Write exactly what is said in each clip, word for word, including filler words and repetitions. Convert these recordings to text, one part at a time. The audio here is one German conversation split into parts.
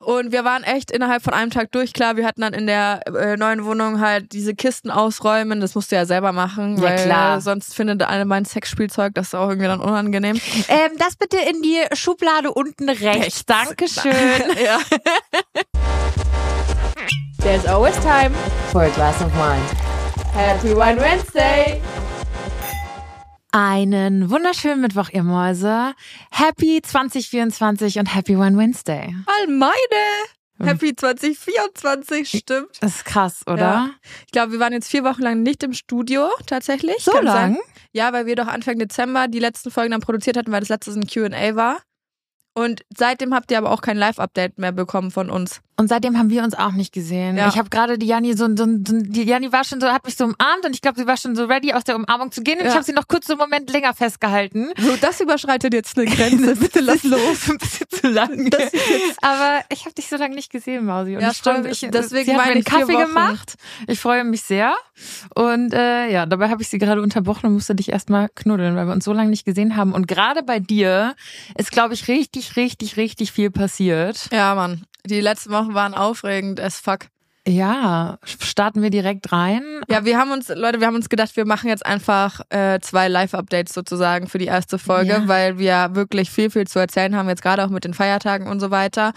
Und wir waren echt innerhalb von einem Tag durch. Klar, wir hatten dann in der äh, neuen Wohnung halt diese Kisten ausräumen. Das musst du ja selber machen, ja, weil klar. sonst findet alle mein Sexspielzeug. Das ist auch irgendwie dann unangenehm. Ähm, das bitte in die Schublade unten rechts. rechts. Dankeschön. Ja. There's always time for a glass of wine. Happy Wine Wednesday. Einen wunderschönen Mittwoch, ihr Mäuse. Happy zwanzig vierundzwanzig und Happy Wine Wednesday. Almeide. Happy zwanzig vierundzwanzig, stimmt. Das ist krass, oder? Ja. Ich glaube, wir waren jetzt vier Wochen lang nicht im Studio, tatsächlich. So lang? Sein. Ja, weil wir doch Anfang Dezember die letzten Folgen dann produziert hatten, weil das letzte ein Q and A war. Und seitdem habt ihr aber auch kein Live-Update mehr bekommen von uns. Und seitdem haben wir uns auch nicht gesehen. Ja. Ich habe gerade die Janni so, so, so, die Janni war schon so, hat mich so umarmt und ich glaube, sie war schon so ready, aus der Umarmung zu gehen. Und ja. ich habe sie noch kurz so einen Moment länger festgehalten. So, das überschreitet jetzt eine Grenze. Bitte lass los. Ein bisschen zu lang. Das jetzt... Aber ich habe dich so lange nicht gesehen, Mausi. Und ja, ich freue mich. Deswegen sie hat mir einen Kaffee gemacht. Ich freue mich sehr. Und äh, ja, dabei habe ich sie gerade unterbrochen und musste dich erstmal knuddeln, weil wir uns so lange nicht gesehen haben. Und gerade bei dir ist, glaube ich, richtig, richtig, richtig viel passiert. Ja, Mann. Die letzten Wochen waren aufregend as fuck. Ja, starten wir direkt rein. Ja, wir haben uns, Leute, wir haben uns gedacht, wir machen jetzt einfach äh, zwei Live-Updates sozusagen für die erste Folge, ja. weil wir wirklich viel, viel zu erzählen haben, jetzt gerade auch mit den Feiertagen und so weiter.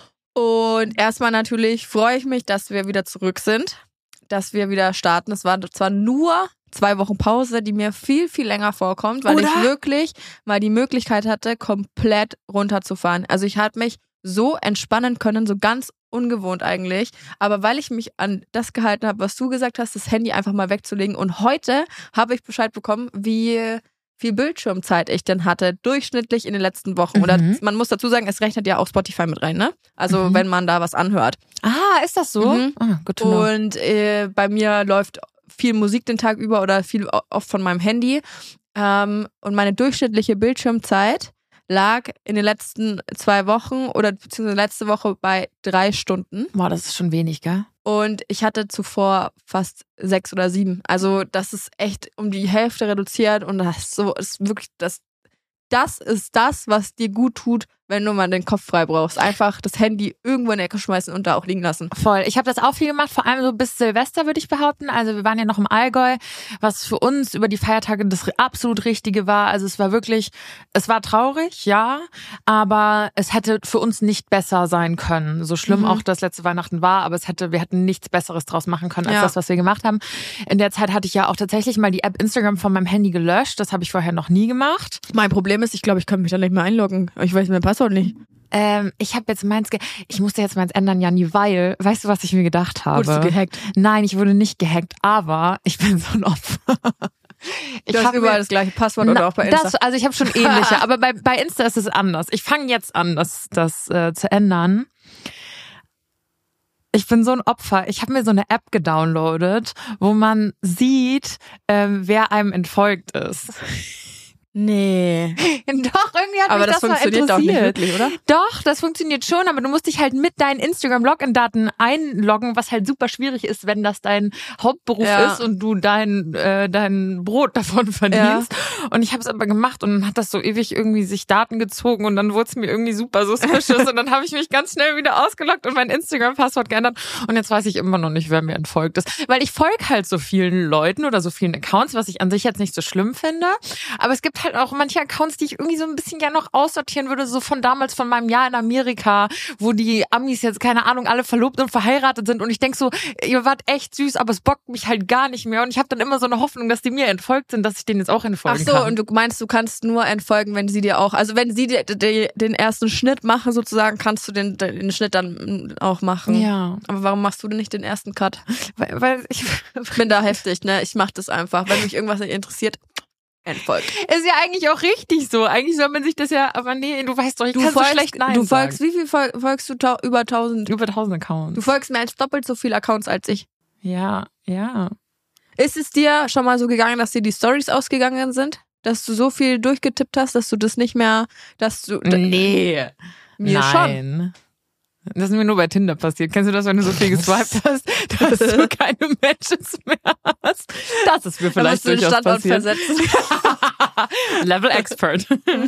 Und erstmal natürlich freue ich mich, dass wir wieder zurück sind, dass wir wieder starten. Es war zwar nur zwei Wochen Pause, die mir viel, viel länger vorkommt, weil Oder? ich wirklich mal die Möglichkeit hatte, komplett runterzufahren. Also ich hatte mich so entspannen können, so ganz ungewohnt eigentlich. Aber weil ich mich an das gehalten habe, was du gesagt hast, das Handy einfach mal wegzulegen. Und heute habe ich Bescheid bekommen, wie viel Bildschirmzeit ich denn hatte, durchschnittlich in den letzten Wochen. Mhm. Oder man muss dazu sagen, es rechnet ja auch Spotify mit rein, ne? Also mhm. wenn man da was anhört. Ah, ist das so? Mhm. Ah, gut to know. Und äh, bei mir läuft viel Musik den Tag über oder viel oft von meinem Handy. Ähm, und meine durchschnittliche Bildschirmzeit lag in den letzten zwei Wochen oder beziehungsweise letzte Woche bei drei Stunden. Boah, das ist schon wenig, gell? Und ich hatte zuvor fast sechs oder sieben. Also das ist echt um die Hälfte reduziert und das ist so ist wirklich das. Das ist das, was dir gut tut, wenn du mal den Kopf frei brauchst. Einfach das Handy irgendwo in die Ecke schmeißen und da auch liegen lassen. Voll. Ich habe das auch viel gemacht, vor allem so bis Silvester, würde ich behaupten. Also wir waren ja noch im Allgäu, was für uns über die Feiertage das absolut Richtige war. Also es war wirklich, es war traurig, ja, aber es hätte für uns nicht besser sein können. So schlimm mhm. auch das letzte Weihnachten war, aber es hätte, wir hätten nichts Besseres draus machen können, als ja. das, was wir gemacht haben. In der Zeit hatte ich ja auch tatsächlich mal die App Instagram von meinem Handy gelöscht. Das habe ich vorher noch nie gemacht. Mein Problem ist, ich glaube, ich kann mich da nicht mehr einloggen. Ich weiß mein Passwort nicht. Ähm, ich habe jetzt meins, ge- ich musste jetzt meins ändern, Janni, weil, weißt du, was ich mir gedacht habe? Wurdest du gehackt? Nein, ich wurde nicht gehackt, aber ich bin so ein Opfer. Ich du hast überall mir, das gleiche Passwort oder auch bei Insta? Das, also ich habe schon ähnliche, aber bei, bei Insta ist es anders. Ich fange jetzt an, das, das äh, zu ändern. Ich bin so ein Opfer. Ich habe mir so eine App gedownloadet, wo man sieht, ähm, wer einem entfolgt ist. Nee. Doch, irgendwie hat aber mich das, das funktioniert mal interessiert. Doch nicht wirklich, oder? Doch, das funktioniert schon, aber du musst dich halt mit deinen Instagram-Login-Daten einloggen, was halt super schwierig ist, wenn das dein Hauptberuf ja. ist und du dein äh, dein Brot davon verdienst. Ja. Und ich habe es aber gemacht und dann hat das so ewig irgendwie sich Daten gezogen und dann wurde es mir irgendwie super suspicious und dann habe ich mich ganz schnell wieder ausgeloggt und mein Instagram-Passwort geändert und jetzt weiß ich immer noch nicht, wer mir entfolgt ist. Weil ich folge halt so vielen Leuten oder so vielen Accounts, was ich an sich jetzt nicht so schlimm finde, aber es gibt halt auch manche Accounts, die ich irgendwie so ein bisschen ja noch aussortieren würde, so von damals, von meinem Jahr in Amerika, wo die Amis jetzt, keine Ahnung, alle verlobt und verheiratet sind und ich denk so, ihr wart echt süß, aber es bockt mich halt gar nicht mehr und ich habe dann immer so eine Hoffnung, dass die mir entfolgt sind, dass ich denen jetzt auch entfolgen kann. Ach so, kann. Und du meinst, du kannst nur entfolgen, wenn sie dir auch, also wenn sie dir den ersten Schnitt machen sozusagen, kannst du den, den Schnitt dann auch machen. Ja. Aber warum machst du denn nicht den ersten Cut? Weil, weil ich bin da heftig, ne? Ich mach das einfach, wenn mich irgendwas nicht interessiert. Entfolgt. Ist ja eigentlich auch richtig so. Eigentlich soll man sich das ja, aber nee, du weißt doch, ich du kann folgst, so schlecht Nein Du sagen. folgst, wie viel folgst du? Ta- über tausend? Über tausend Accounts. Du folgst mehr als doppelt so viele Accounts als ich. Ja, ja. Ist es dir schon mal so gegangen, dass dir die Stories ausgegangen sind? Dass du so viel durchgetippt hast, dass du das nicht mehr, dass du... Nee. Mir Nein. schon. Das ist mir nur bei Tinder passiert. Kennst du das, wenn du so viel geswiped hast, dass du keine Matches mehr hast? Das ist mir vielleicht da musst du den durchaus Standort passiert. versetzen. Level Expert.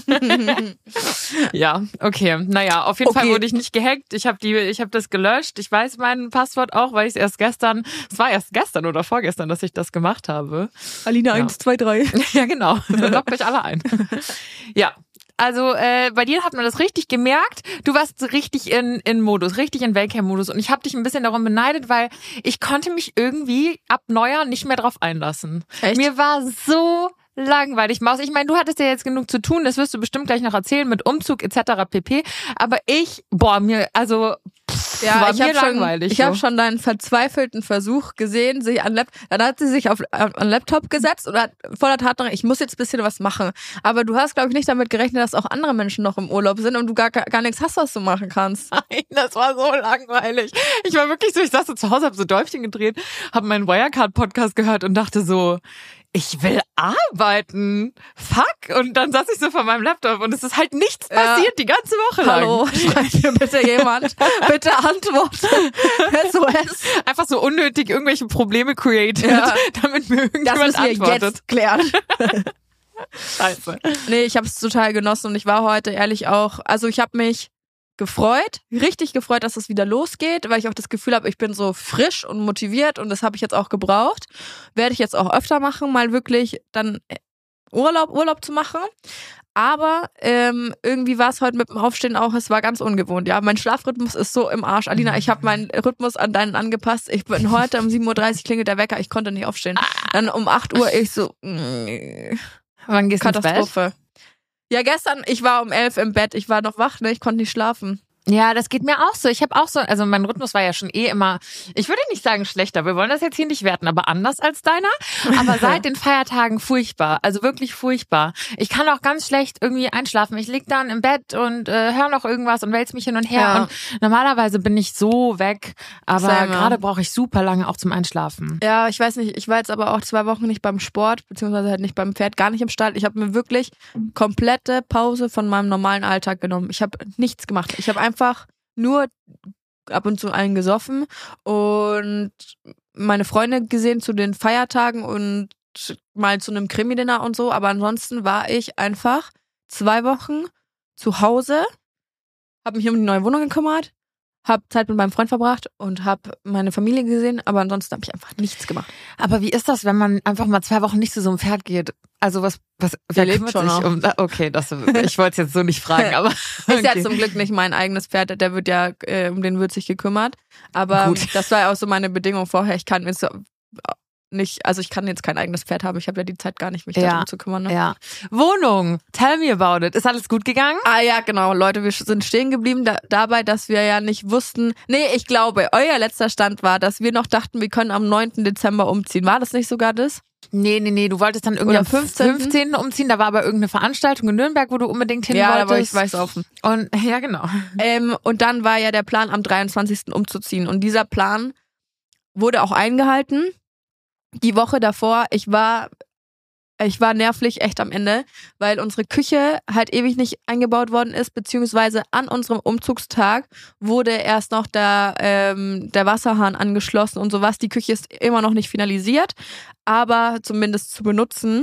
Ja, okay. Naja, auf jeden Okay. Fall wurde ich nicht gehackt. Ich habe die, ich habe das gelöscht. Ich weiß mein Passwort auch, weil ich es erst gestern, es war erst gestern oder vorgestern, dass ich das gemacht habe. Alina Ja. eins, zwei, drei. Ja, genau. Lockt euch alle ein. Ja. Also äh, bei dir hat man das richtig gemerkt. Du warst so richtig in in Modus, richtig in Wellcam-Modus. Und ich habe dich ein bisschen darum beneidet, weil ich konnte mich irgendwie ab Neujahr nicht mehr drauf einlassen. Echt? Mir war so langweilig, Maus. Ich meine, du hattest ja jetzt genug zu tun. Das wirst du bestimmt gleich noch erzählen mit Umzug et cetera pp. Aber ich, boah, mir, also pff, Ja, war ich mir habe schon, langweilig. ich so. habe schon deinen verzweifelten Versuch gesehen, sich an Lap dann hat sie sich auf an an Laptop gesetzt und hat voller Tatsache, ich muss jetzt ein bisschen was machen. Aber du hast, glaube ich, nicht damit gerechnet, dass auch andere Menschen noch im Urlaub sind und du gar, gar, gar nichts hast, was du machen kannst. Nein, das war so langweilig. Ich war wirklich so, ich saß so zu Hause, hab so Däumchen gedreht, hab meinen Wirecard-Podcast gehört und dachte so, ich will arbeiten. Fuck. Und dann saß ich so vor meinem Laptop und es ist halt nichts Ja. passiert die ganze Woche lang. Hallo, schreibt mir bitte jemand. Bitte antworten. S O S. Einfach so unnötig irgendwelche Probleme created, Ja. damit mir Das irgendjemand müssen wir antwortet. jetzt klären. Scheiße. Nee, ich habe es total genossen und ich war heute ehrlich auch, also ich habe mich gefreut, richtig gefreut, dass es wieder losgeht, weil ich auch das Gefühl habe, ich bin so frisch und motiviert und das habe ich jetzt auch gebraucht. Werde ich jetzt auch öfter machen, mal wirklich dann Urlaub, Urlaub zu machen. Aber ähm, irgendwie war es heute mit dem Aufstehen auch, es war ganz ungewohnt. Ja, mein Schlafrhythmus ist so im Arsch. Alina, ich habe meinen Rhythmus an deinen angepasst. Ich bin heute um sieben Uhr dreißig klingelt der Wecker, ich konnte nicht aufstehen. Dann um acht Uhr ich so, mm, Wann gehst du ins Bett? Katastrophe. Ja, gestern, ich war um elf im Bett, ich war noch wach, ne? Ich konnte nicht schlafen. Ja, das geht mir auch so. Ich habe auch so, also mein Rhythmus war ja schon eh immer, ich würde nicht sagen schlechter, wir wollen das jetzt hier nicht werten, aber anders als deiner. Aber seit den Feiertagen furchtbar, also wirklich furchtbar. Ich kann auch ganz schlecht irgendwie einschlafen. Ich lieg dann im Bett und äh, höre noch irgendwas und wälz mich hin und her. Ja. Und normalerweise bin ich so weg, aber Same. gerade brauche ich super lange auch zum Einschlafen. Ja, ich weiß nicht, ich war jetzt aber auch zwei Wochen nicht beim Sport, beziehungsweise halt nicht beim Pferd, gar nicht im Stall. Ich habe mir wirklich komplette Pause von meinem normalen Alltag genommen. Ich habe nichts gemacht. Ich habe einfach nur ab und zu einen gesoffen und meine Freunde gesehen zu den Feiertagen und mal zu einem Krimi-Dinner und so. Aber ansonsten war ich einfach zwei Wochen zu Hause, habe mich um die neue Wohnung gekümmert, habe Zeit mit meinem Freund verbracht und habe meine Familie gesehen, aber ansonsten habe ich einfach nichts gemacht. Aber wie ist das, wenn man einfach mal zwei Wochen nicht zu so einem Pferd geht? Also was, was wer lebt kümmert schon sich noch. um? Okay, das, ich wollte es jetzt so nicht fragen, aber Ist ja okay. zum Glück nicht mein eigenes Pferd, der wird ja, äh, um den wird sich gekümmert. Aber Gut. das war ja auch so meine Bedingung vorher. Ich kann jetzt nicht, also ich kann jetzt kein eigenes Pferd haben. Ich habe ja die Zeit gar nicht, mich Ja. darum zu kümmern. Ne? Ja. Wohnung, tell me about it. Ist alles gut gegangen? Ah ja, genau. Leute, wir sind stehen geblieben da, dabei, dass wir ja nicht wussten. Nee, ich glaube, euer letzter Stand war, dass wir noch dachten, wir können am neunten Dezember umziehen. War das nicht sogar das? Nee, nee, nee, du wolltest dann irgendwie Oder am fünfzehnten fünfzehnten umziehen. Da war aber irgendeine Veranstaltung in Nürnberg, wo du unbedingt hin Ja, da war wolltest. ich weiß offen. Und ja, genau. Ähm, und dann war ja der Plan, am dreiundzwanzigsten umzuziehen. Und dieser Plan wurde auch eingehalten. Die Woche davor, ich war, ich war nervlich echt am Ende, weil unsere Küche halt ewig nicht eingebaut worden ist, beziehungsweise an unserem Umzugstag wurde erst noch der, ähm, der Wasserhahn angeschlossen und sowas. Die Küche ist immer noch nicht finalisiert, aber zumindest zu benutzen.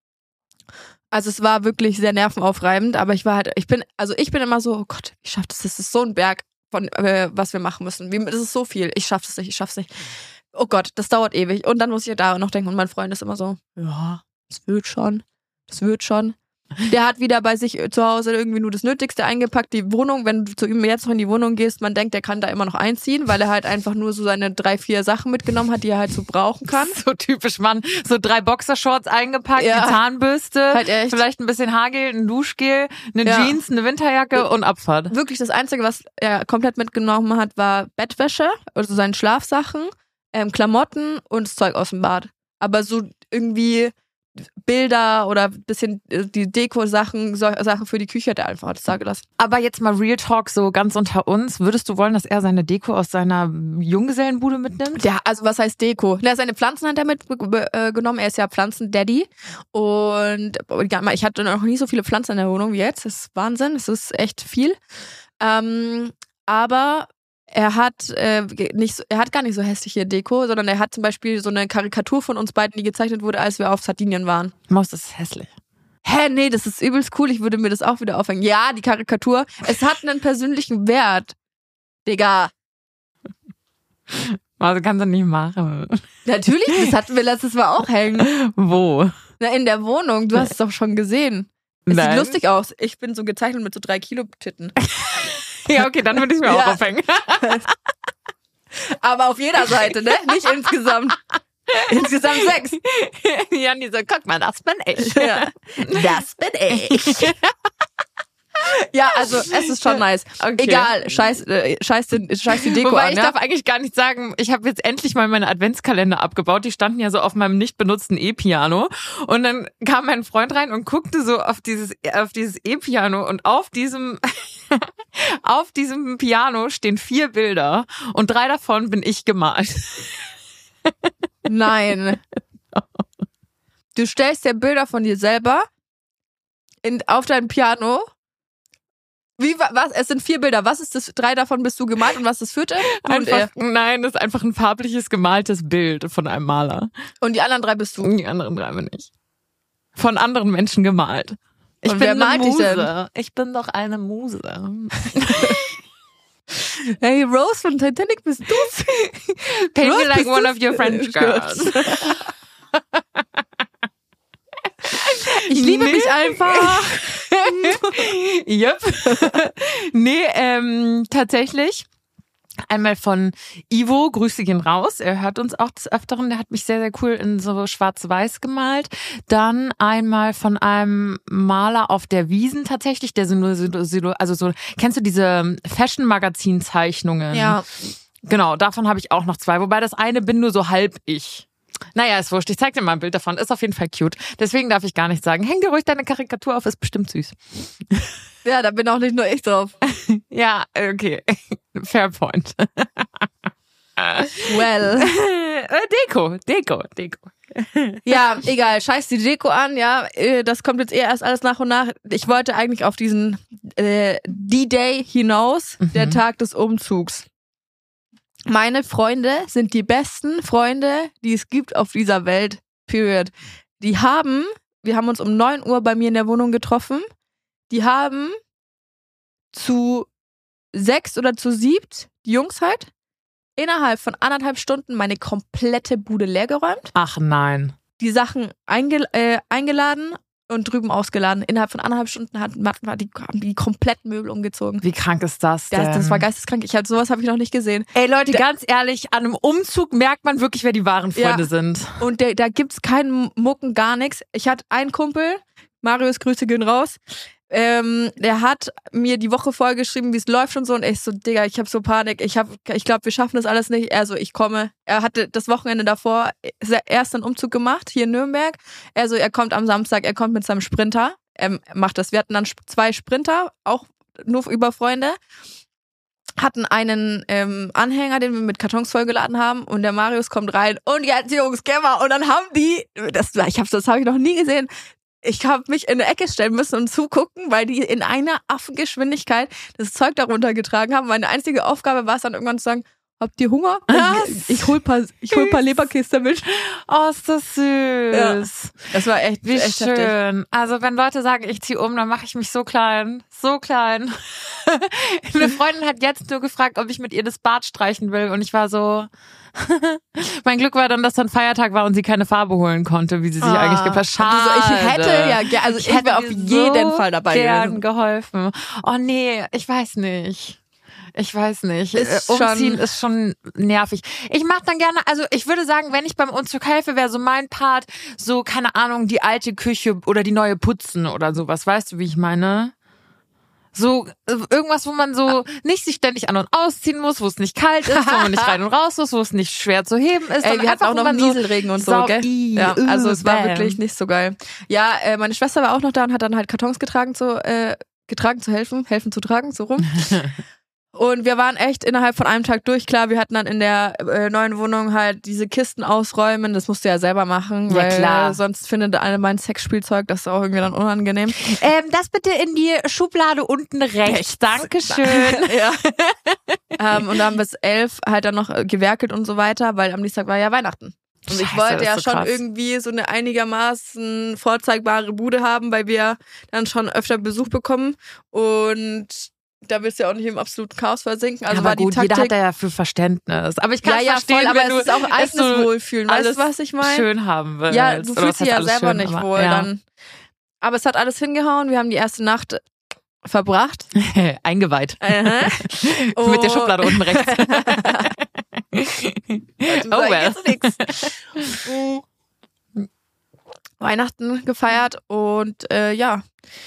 Also es war wirklich sehr nervenaufreibend, aber ich war halt, ich bin, also ich bin immer so, oh Gott, ich schaff das, das ist so ein Berg von, äh, was wir machen müssen. Wie, das ist so viel, ich schaff das nicht, ich schaff's nicht. Oh Gott, das dauert ewig. Und dann muss ich da noch denken, und mein Freund ist immer so, ja, das wird schon, das wird schon. Der hat wieder bei sich zu Hause irgendwie nur das Nötigste eingepackt. Die Wohnung, wenn du zu ihm jetzt noch in die Wohnung gehst, man denkt, der kann da immer noch einziehen, weil er halt einfach nur so seine drei, vier Sachen mitgenommen hat, die er halt so brauchen kann. So typisch Mann. So drei Boxershorts eingepackt, Ja. die Zahnbürste, Halt echt. vielleicht ein bisschen Haargel, ein Duschgel, eine Ja. Jeans, eine Winterjacke und Abfahrt. Wirklich das Einzige, was er komplett mitgenommen hat, war Bettwäsche, also seine Schlafsachen, ähm, Klamotten und das Zeug aus dem Bad. Aber so irgendwie Bilder oder ein bisschen äh, die Deko-Sachen, so, Sachen für die Küche hat er einfach das da gelassen. Aber jetzt mal Real Talk so ganz unter uns. Würdest du wollen, dass er seine Deko aus seiner Junggesellenbude mitnimmt? Ja, also was heißt Deko? Ja, seine Pflanzen hat er mitgenommen. Er ist ja Pflanzen-Daddy. Und ja, ich hatte noch nie so viele Pflanzen in der Wohnung wie jetzt. Das ist Wahnsinn. Das ist echt viel. Ähm, aber er hat äh, nicht so, er hat gar nicht so hässliche Deko, sondern er hat zum Beispiel so eine Karikatur von uns beiden, die gezeichnet wurde, als wir auf Sardinien waren. Maus, das ist hässlich. Hä, nee, das ist übelst cool. Ich würde mir das auch wieder aufhängen. Ja, die Karikatur. Es hat einen persönlichen Wert. Digga. Also kannst du nicht machen. Natürlich, das hatten wir letztes Mal auch hängen. Wo? Na, in der Wohnung. Du hast es doch schon gesehen. Es Nein. sieht lustig aus. Ich bin so gezeichnet mit so drei Kilo Titten. Ja, okay, dann würde ich mir auch Ja. aufhängen. Aber auf jeder Seite, ne? Nicht insgesamt. Insgesamt sechs. Janni so, guck mal, das bin ich. Ja. Das bin ich. Ja, also es ist schon nice. Okay. Egal, scheiß, äh, scheiß, den, scheiß die Deko Wobei an, ich ja? darf eigentlich gar nicht sagen, ich habe jetzt endlich mal meine Adventskalender abgebaut. Die standen ja so auf meinem nicht benutzten E-Piano. Und dann kam mein Freund rein und guckte so auf dieses auf dieses E-Piano und auf diesem auf diesem Piano stehen vier Bilder und drei davon bin ich gemalt. Nein. Du stellst dir Bilder von dir selber in, auf dein Piano. Wie, wa- was? Es sind vier Bilder. Was ist das? Drei davon bist du gemalt und was ist das vierte? Du und er. Einfach, nein, das ist einfach ein farbliches gemaltes Bild von einem Maler. Und die anderen drei bist du. Und die anderen drei bin ich. Von anderen Menschen gemalt. Ich Und bin wer eine malt dich denn? Muse. Ich bin doch eine Muse. Hey, Rose von Titanic bist du's? Paint Rose, me like bist one du's? of your French girls. Ich liebe Nee. mich einfach. Yep. Nee, ähm, tatsächlich. Einmal von Ivo, Grüße gehen raus. Er hört uns auch des Öfteren. Der hat mich sehr, sehr cool in so schwarz-weiß gemalt. Dann einmal von einem Maler auf der Wiesn tatsächlich, der so nur so, so- also so, kennst du diese Fashion-Magazin-Zeichnungen? Ja. Genau, davon habe ich auch noch zwei. Wobei das eine bin nur so halb ich. Naja, ist wurscht. Ich zeig dir mal ein Bild davon. Ist auf jeden Fall cute. Deswegen darf ich gar nicht sagen. Häng dir ruhig deine Karikatur auf, ist bestimmt süß. Ja, da bin auch nicht nur ich drauf. Ja, okay. Fair point. Well. Äh, Deko, Deko, Deko. Ja, egal. Scheiß die Deko an, ja. Äh, Das kommt jetzt eher erst alles nach und nach. Ich wollte eigentlich auf diesen äh, D-Day hinaus, Mhm. der Tag des Umzugs. Meine Freunde sind die besten Freunde, die es gibt auf dieser Welt. Period. Die haben, wir haben uns um neun Uhr bei mir in der Wohnung getroffen. Die haben zu sechs oder zu siebt, die Jungs halt, innerhalb von anderthalb Stunden meine komplette Bude leergeräumt. Ach nein. Die Sachen einge äh, eingeladen und drüben ausgeladen. Innerhalb von anderthalb Stunden hat, hat die, haben die komplett Möbel umgezogen. Wie krank ist das denn? Das, das war geisteskrank. Ich hab, sowas habe ich noch nicht gesehen. Ey Leute, Da- ganz ehrlich, an einem Umzug merkt man wirklich, wer die wahren Freunde Ja. sind. Und der, da gibt's keinen Mucken, gar nichts. Ich hatte einen Kumpel, Marius, Grüße gehen raus. Ähm, der hat mir die Woche vorher geschrieben, wie es läuft und so. Und ich so, Digga, ich hab so Panik. Ich hab, ich glaube, wir schaffen das alles nicht. Er so, ich komme. Er hatte das Wochenende davor erst einen Umzug gemacht, hier in Nürnberg. Er so, er kommt am Samstag, er kommt mit seinem Sprinter. Er macht das. Wir hatten dann sp- zwei Sprinter, auch nur über Freunde. Hatten einen ähm, Anhänger, den wir mit Kartons vollgeladen haben. Und der Marius kommt rein. Und jetzt, Jungs, geh mal. Und dann haben die, das, ich hab's, das habe ich noch nie gesehen. Ich habe mich in eine Ecke stellen müssen und zugucken, weil die in einer Affengeschwindigkeit das Zeug darunter getragen haben. Meine einzige Aufgabe war es dann irgendwann zu sagen, habt ihr Hunger? Was? Ich hol paar, ich hol paar Leberkäse mit. Oh, ist das süß. Ja. Das war echt, Wie echt heftig. schön. Also wenn Leute sagen, ich ziehe um, dann mache ich mich so klein. So klein. Eine Freundin hat jetzt nur gefragt, ob ich mit ihr das Bad streichen will. Und ich war so... Mein Glück war dann, dass dann Feiertag war und sie keine Farbe holen konnte, wie sie sich Ah, eigentlich geplant hat. also so, ich hätte ja, ge- also ich, hätte wäre auf dir jeden so Fall dabei gern gewesen. geholfen. Oh nee, ich weiß nicht. Ich weiß nicht. Ist Äh, Umziehen schon- ist schon nervig. Ich mache dann gerne, also ich würde sagen, wenn ich beim Umzug helfe, wäre so mein Part, so, keine Ahnung, die alte Küche oder die neue putzen oder sowas. Weißt du, wie ich meine? So äh, irgendwas, wo man so nicht sich ständig an- und ausziehen muss, wo es nicht kalt ist, wo man nicht rein und raus muss, wo es nicht schwer zu heben ist. Ey, sondern wir hatten einfach, auch wo noch man Nieselregen und so, sau- gell? I, Ja, also uh, es war bam. wirklich nicht so geil. Ja, äh, meine Schwester war auch noch da und hat dann halt Kartons getragen zu, äh, getragen zu helfen, helfen zu tragen, so rum. Und wir waren echt innerhalb von einem Tag durch. Klar, wir hatten dann in der äh, neuen Wohnung halt diese Kisten ausräumen. Das musst du ja selber machen, Ja, weil klar. Äh, sonst findet alle mein Sexspielzeug. Das ist auch irgendwie dann unangenehm. Ähm, das bitte in die Schublade unten rechts. Dankeschön. ja. ähm, und da haben wir bis elf halt dann noch äh, gewerkelt und so weiter, weil am nächsten Tag war ja Weihnachten. Und ich Scheiße, wollte das ja ist so schon krass. irgendwie so eine einigermaßen vorzeigbare Bude haben, weil wir dann schon öfter Besuch bekommen. Und da willst du ja auch nicht im absoluten Chaos versinken. Also aber war die gut, Taktik. jeder hat da ja für Verständnis. Aber ich kann ja, ja, verstehen, voll, aber wenn es ist du auch eigenes so Wohlfühlen. Weißt alles du, was ich meine? schön haben willst. Ja, du Oder fühlst was dich heißt ja alles selber schön, nicht aber, wohl ja. dann. Aber es hat alles hingehauen. Wir haben die erste Nacht verbracht. Eingeweiht. Aha. Mit der Oh. Schublade unten rechts. Du Oh sagst well. jetzt nix. Weihnachten gefeiert und äh, ja,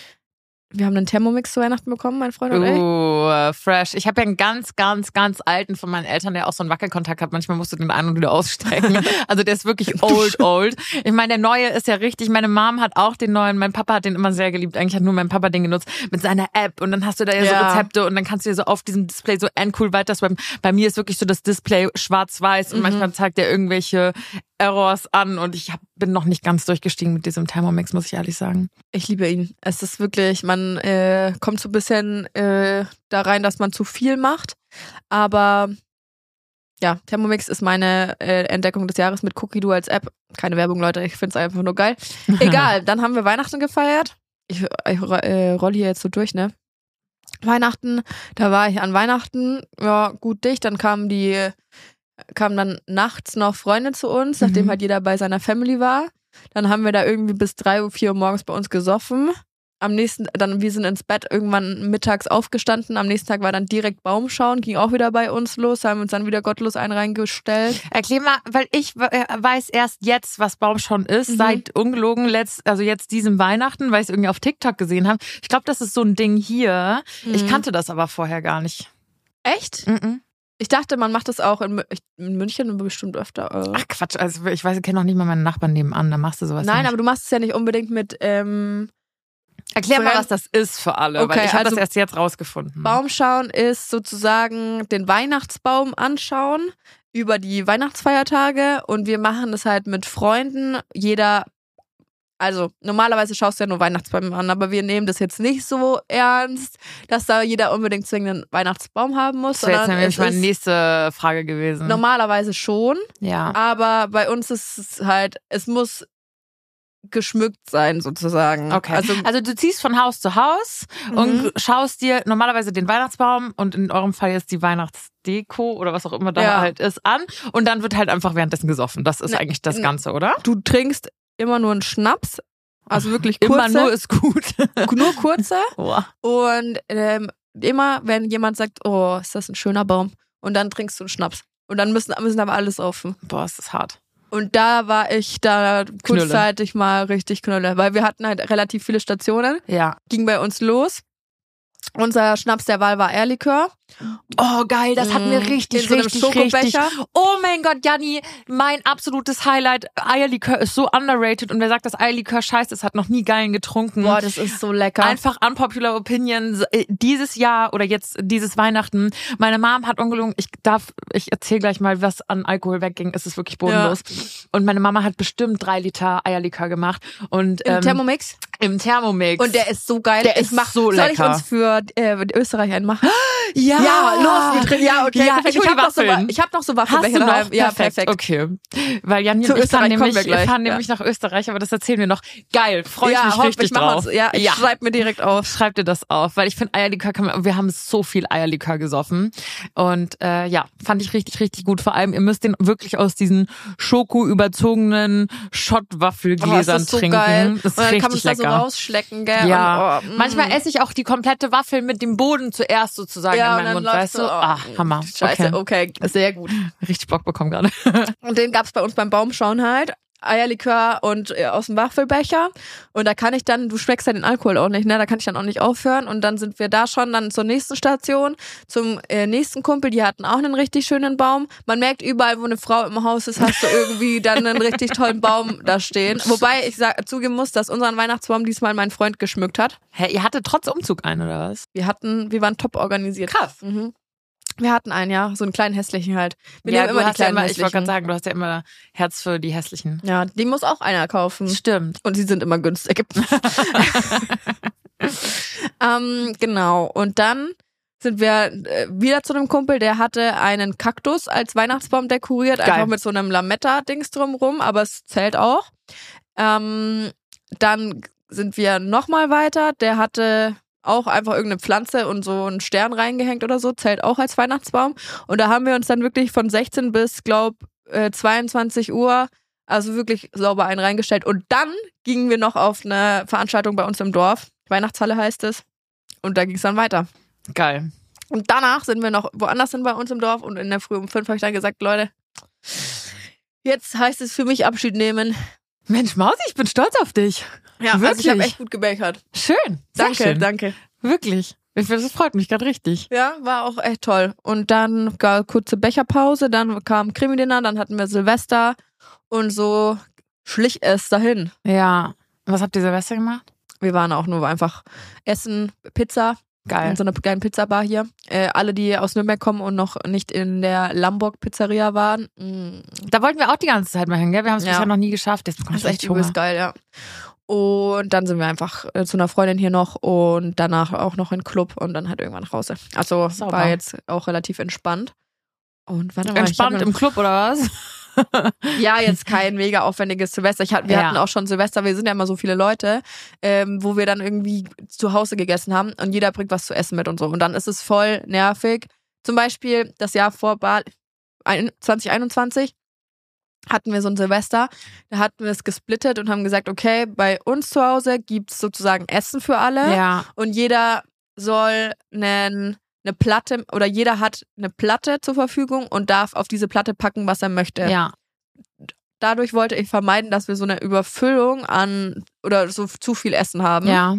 wir haben einen Thermomix zu Weihnachten bekommen, mein Freund und ich. Uh, fresh. Ich habe ja einen ganz, ganz, ganz alten von meinen Eltern, der auch so einen Wackelkontakt hat. Manchmal musst du den ein- und wieder ausstrecken. Also der ist wirklich old, old. Ich meine, der neue ist ja richtig. Meine Mom hat auch den neuen. Mein Papa hat den immer sehr geliebt. Eigentlich hat nur mein Papa den genutzt mit seiner App. Und dann hast du da ja, Ja. so Rezepte und dann kannst du dir so auf diesem Display so endcool weiterswipen. Bei mir ist wirklich so das Display schwarz-weiß und Mhm. manchmal zeigt er irgendwelche Errors an und ich hab, bin noch nicht ganz durchgestiegen mit diesem Thermomix, muss ich ehrlich sagen. Ich liebe ihn. Es ist wirklich, man äh, kommt so ein bisschen äh, da rein, dass man zu viel macht. Aber ja, Thermomix ist meine äh, Entdeckung des Jahres mit Cookie Do als App. Keine Werbung, Leute, ich finde es einfach nur geil. Egal, dann haben wir Weihnachten gefeiert. Ich, ich äh, roll hier jetzt so durch, ne? Weihnachten, da war ich an Weihnachten, ja, gut dicht. Dann kamen die, kamen dann nachts noch Freunde zu uns, Mhm. nachdem halt jeder bei seiner Family war. Dann haben wir da irgendwie bis drei Uhr, vier Uhr morgens bei uns gesoffen. Am nächsten, dann, wir sind ins Bett irgendwann mittags aufgestanden. Am nächsten Tag war dann direkt Baumschauen, ging auch wieder bei uns los, haben uns dann wieder gottlos einen reingestellt. Erklär mal, weil ich äh, weiß erst jetzt, was Baumschauen ist, Mhm. seit ungelogen letzt, also jetzt diesem Weihnachten, weil ich es irgendwie auf TikTok gesehen habe. Ich glaube, das ist so ein Ding hier. Ich Mhm. kannte das aber vorher gar nicht. Echt? Mhm. Ich dachte, man macht das auch in, Mü- in München bestimmt öfter. Äh. Ach Quatsch, also ich weiß, ich kenne noch nicht mal meinen Nachbarn nebenan, da machst du sowas Nein, nicht. aber du machst es ja nicht unbedingt mit ähm, Erklär mal, Fremd- was das ist für alle, Okay, weil ich habe also das erst jetzt rausgefunden. Baumschauen ist sozusagen den Weihnachtsbaum anschauen über die Weihnachtsfeiertage und wir machen das halt mit Freunden. Jeder, also normalerweise schaust du ja nur Weihnachtsbäume an, aber wir nehmen das jetzt nicht so ernst, dass da jeder unbedingt zwingend einen Weihnachtsbaum haben muss. Das wäre jetzt sondern nämlich es meine ist nächste Frage gewesen. normalerweise schon, Ja. aber bei uns ist es halt, es muss geschmückt sein sozusagen. Okay. Also, Also du ziehst von Haus zu Haus und Mhm. schaust dir normalerweise den Weihnachtsbaum und in eurem Fall jetzt die Weihnachtsdeko oder was auch immer da Ja. halt ist an und dann wird halt einfach währenddessen gesoffen. Das ist Ne, eigentlich das n- Ganze, oder? du trinkst immer nur einen Schnaps, also wirklich kurze, Immer nur ist gut. nur kurze. Boah. Und ähm, immer, wenn jemand sagt, oh, ist das ein schöner Baum, und dann trinkst du einen Schnaps. Und dann müssen, müssen aber alles offen. Boah, ist das hart. Und da war ich da kurzzeitig mal richtig knülle, weil wir hatten halt relativ viele Stationen, Ja. ging bei uns los. Unser Schnaps der Wahl war Eierlikör. Oh, geil, das hatten wir Mm, richtig, in so einem richtig, Schokobecher. richtig. Oh mein Gott, Janni, mein absolutes Highlight. Eierlikör ist so underrated und wer sagt, dass Eierlikör scheiße ist, hat noch nie geilen getrunken. Boah, das ist so lecker. Einfach unpopular opinion. Äh, Dieses Jahr oder jetzt dieses Weihnachten. Meine Mom hat ungelogen, ich darf, ich erzähle gleich mal, was an Alkohol wegging. Es ist wirklich bodenlos. Und meine Mama hat bestimmt drei Liter Eierlikör gemacht. Und Im ähm, Thermomix. im Thermomix. Und der ist so geil. Der ich ist mach, so soll ich lecker. uns für äh, Österreich einen machen? ja, Ja, los, wir trinken. Ja, okay. Ja, perfekt. ich hol die hab noch so, Waffeln. ich hab noch so Hast Waffelbecher du noch? daheim. Ja, perfekt. Okay. Weil Janni Zu und ich fahren Österreich kommen nämlich, wir gleich, fahren ja. nämlich nach Österreich, aber das erzählen wir noch. Geil, freue ich ja, mich hopp, richtig ich mach drauf. uns, ja, ich ja. schreib mir direkt auf. Schreib dir das auf, weil ich finde Eierlikör kann man, wir haben so viel Eierlikör gesoffen und äh, ja, fand ich richtig, richtig gut. Vor allem, ihr müsst den wirklich aus diesen Schoko-überzogenen Schottwaffelgläsern Oh, ist das so trinken. geil. Das ist und dann kann man richtig es da so lecker. rausschlecken, gell? Ja, Und, oh, mm. manchmal esse ich auch die komplette Waffel mit dem Boden zuerst sozusagen ja, in und meinem dann Mund, läufst weißt du? oh, Ah, Hammer. Scheiße, Okay. okay, sehr gut. Richtig Bock bekommen gerade. Und den gab's bei uns beim Baumschauen halt. Eierlikör und äh, aus dem Waffelbecher. Und da kann ich dann, du schmeckst ja den Alkohol auch nicht, ne? Da kann ich dann auch nicht aufhören. Und dann sind wir da schon dann zur nächsten Station, zum äh, nächsten Kumpel, die hatten auch einen richtig schönen Baum. Man merkt überall, wo eine Frau im Haus ist, hast du irgendwie dann einen richtig tollen Baum da stehen. Wobei ich sag, zugeben muss, dass unseren Weihnachtsbaum diesmal mein Freund geschmückt hat. Hä, ihr hattet trotz Umzug einen, oder was? Wir hatten, wir waren top organisiert. Krass. Mhm. Wir hatten einen, ja, so einen kleinen hässlichen halt. Wir ja, nehmen immer die kleinen ja immer, hässlichen. Ich wollte gerade sagen, du hast ja immer Herz für die hässlichen. Ja, die muss auch einer kaufen. Stimmt. Und sie sind immer günstig. ähm, genau. Und dann sind wir äh, wieder zu einem Kumpel, der hatte einen Kaktus als Weihnachtsbaum dekoriert, Geil. einfach mit so einem Lametta-Dings drumrum, aber es zählt auch. Ähm, dann sind wir nochmal weiter, der hatte auch einfach irgendeine Pflanze und so einen Stern reingehängt oder so, zählt auch als Weihnachtsbaum. Und da haben wir uns dann wirklich von sechzehn bis, glaub, äh, zweiundzwanzig Uhr, also wirklich sauber einen reingestellt. Und dann gingen wir noch auf eine Veranstaltung bei uns im Dorf, Weihnachtshalle heißt es, und da ging es dann weiter. Geil. Und danach sind wir noch woanders hin bei uns im Dorf und in der Früh um fünf habe ich dann gesagt, Leute, jetzt heißt es für mich Abschied nehmen. Mensch, Mausi, ich bin stolz auf dich. Ja, wirklich. Also ich habe echt gut gebechert. Schön. Danke, schön. danke. Wirklich. Das freut mich gerade richtig. Ja, war auch echt toll. Und dann gab es kurze Becherpause, dann kam Krimi-Dinner, dann hatten wir Silvester und so schlich es dahin. Ja. Was habt ihr Silvester gemacht? Wir waren auch nur einfach essen, Pizza. Geil. In so einer kleinen Pizzabar hier. Äh, alle, die aus Nürnberg kommen und noch nicht in der Lamborg-Pizzeria waren. Mh. Da wollten wir auch die ganze Zeit mal hin, gell? Wir haben es Ja. bisher noch nie geschafft. Jetzt bekomme Das ich ist echt echt Hunger. übelst geil, ja. Und dann sind wir einfach äh, zu einer Freundin hier noch und danach auch noch in den Club und dann halt irgendwann nach Hause. Also Sauber. war jetzt auch relativ entspannt. Und warte mal, Entspannt ich hab im Club oder was? Ja, jetzt kein mega aufwendiges Silvester. Ich, hat- wir Ja. hatten auch schon Silvester, wir sind ja immer so viele Leute, ähm, wo wir dann irgendwie zu Hause gegessen haben und jeder bringt was zu essen mit und so. Und dann ist es voll nervig. Zum Beispiel das Jahr vor Bali, zwanzig einundzwanzig hatten wir so ein Silvester, da hatten wir es gesplittet und haben gesagt, okay, bei uns zu Hause gibt's sozusagen Essen für alle Ja. und jeder soll einen eine Platte oder jeder hat eine Platte zur Verfügung und darf auf diese Platte packen, was er möchte. Ja. Dadurch wollte ich vermeiden, dass wir so eine Überfüllung an oder so zu viel Essen haben. Ja.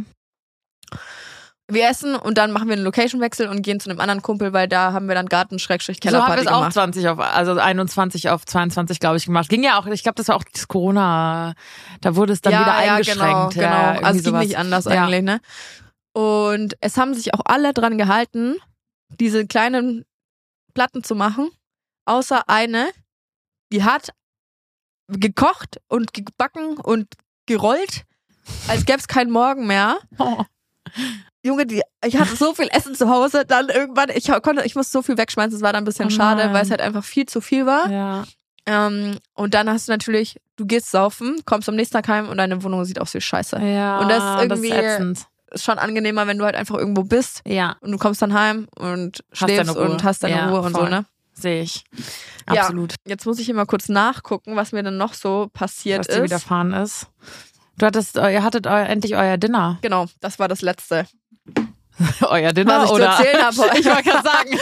Wir essen und dann machen wir einen Location-Wechsel und gehen zu einem anderen Kumpel, weil da haben wir dann So haben Garten-Kellerparty wir es auch gemacht. zwanzig auf, also einundzwanzig auf zweiundzwanzig, glaube ich, gemacht. Ging ja auch, ich glaube, das war auch das Corona, da wurde es dann ja, wieder ja, eingeschränkt. genau, genau. Ja, irgendwie also es ging sowas. nicht anders Ja. eigentlich, ne? Und es haben sich auch alle dran gehalten, diese kleinen Platten zu machen, außer eine, die hat gekocht und gebacken und gerollt, als gäbe es keinen Morgen mehr. Oh. Junge, die, ich hatte so viel Essen zu Hause, dann irgendwann, ich konnte, ich musste so viel wegschmeißen, es war dann ein bisschen Oh schade, nein. weil es halt einfach viel zu viel war. Ja. Ähm, und dann hast du natürlich, du gehst saufen, kommst am nächsten Tag heim und deine Wohnung sieht aus wie Scheiße. Ja, Und das ist irgendwie- das ist ätzend. Ist schon angenehmer, wenn du halt einfach irgendwo bist Ja, und du kommst dann heim und Hast deine schläfst Ruhe. und hast deine Ja, Ruhe und voll. so, ne? sehe ich. Ja. Absolut. Jetzt muss ich hier mal kurz nachgucken, was mir denn noch so passiert Was dir ist. widerfahren ist. Du hattest, ihr hattet euer, endlich euer Dinner. Genau, das war das Letzte. euer Dinner, Was ich oder? zu erzählen habe. Ich wollte gerade sagen.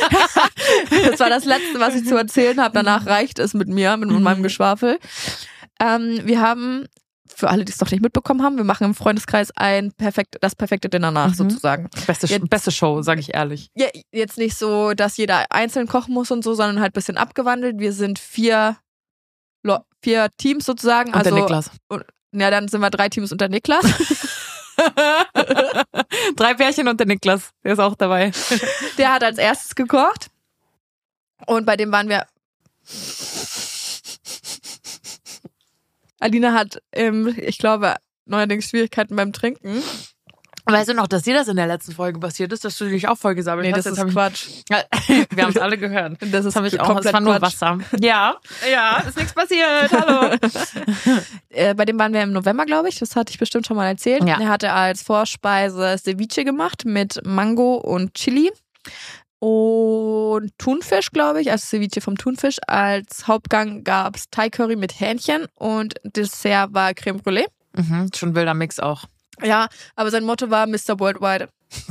Das war das Letzte, was ich zu erzählen habe. Danach reicht es mit mir, mit Mhm. meinem Geschwafel. Ähm, wir haben, für alle, die es noch nicht mitbekommen haben, wir machen im Freundeskreis ein perfekt, das perfekte Dinner nach, Mhm. sozusagen. Beste, Jetzt- beste Show, sage ich ehrlich. Ja, jetzt nicht so, dass jeder einzeln kochen muss und so, sondern halt ein bisschen abgewandelt. Wir sind vier, Lo- vier Teams sozusagen. Und also, der Niklas. Ja, dann sind wir drei Teams und der Niklas. Drei Pärchen und der Niklas, der ist auch dabei. Der hat als erstes gekocht. Und bei dem waren wir. Alina hat, ähm, ich glaube, neuerdings Schwierigkeiten beim Trinken. Weißt du noch, dass dir das in der letzten Folge passiert ist, dass du dich auch voll gesammelt Nee, hast? das Jetzt ist hab Quatsch. ich, wir haben es alle gehört. Das Das ist habe ich auch. Es komplett war nur Quatsch. Wasser. Ja, ja, ist nichts passiert. Hallo. Äh, bei dem waren wir im November, glaube ich. Das hatte ich bestimmt schon mal erzählt. Ja. Er hatte als Vorspeise Ceviche gemacht mit Mango und Chili. Und Thunfisch, glaube ich, also Ceviche vom Thunfisch. Als Hauptgang gab es Thai Curry mit Hähnchen und Dessert war Creme Brûlée. Mhm, schon ein wilder Mix auch. Ja, aber sein Motto war Mister Worldwide.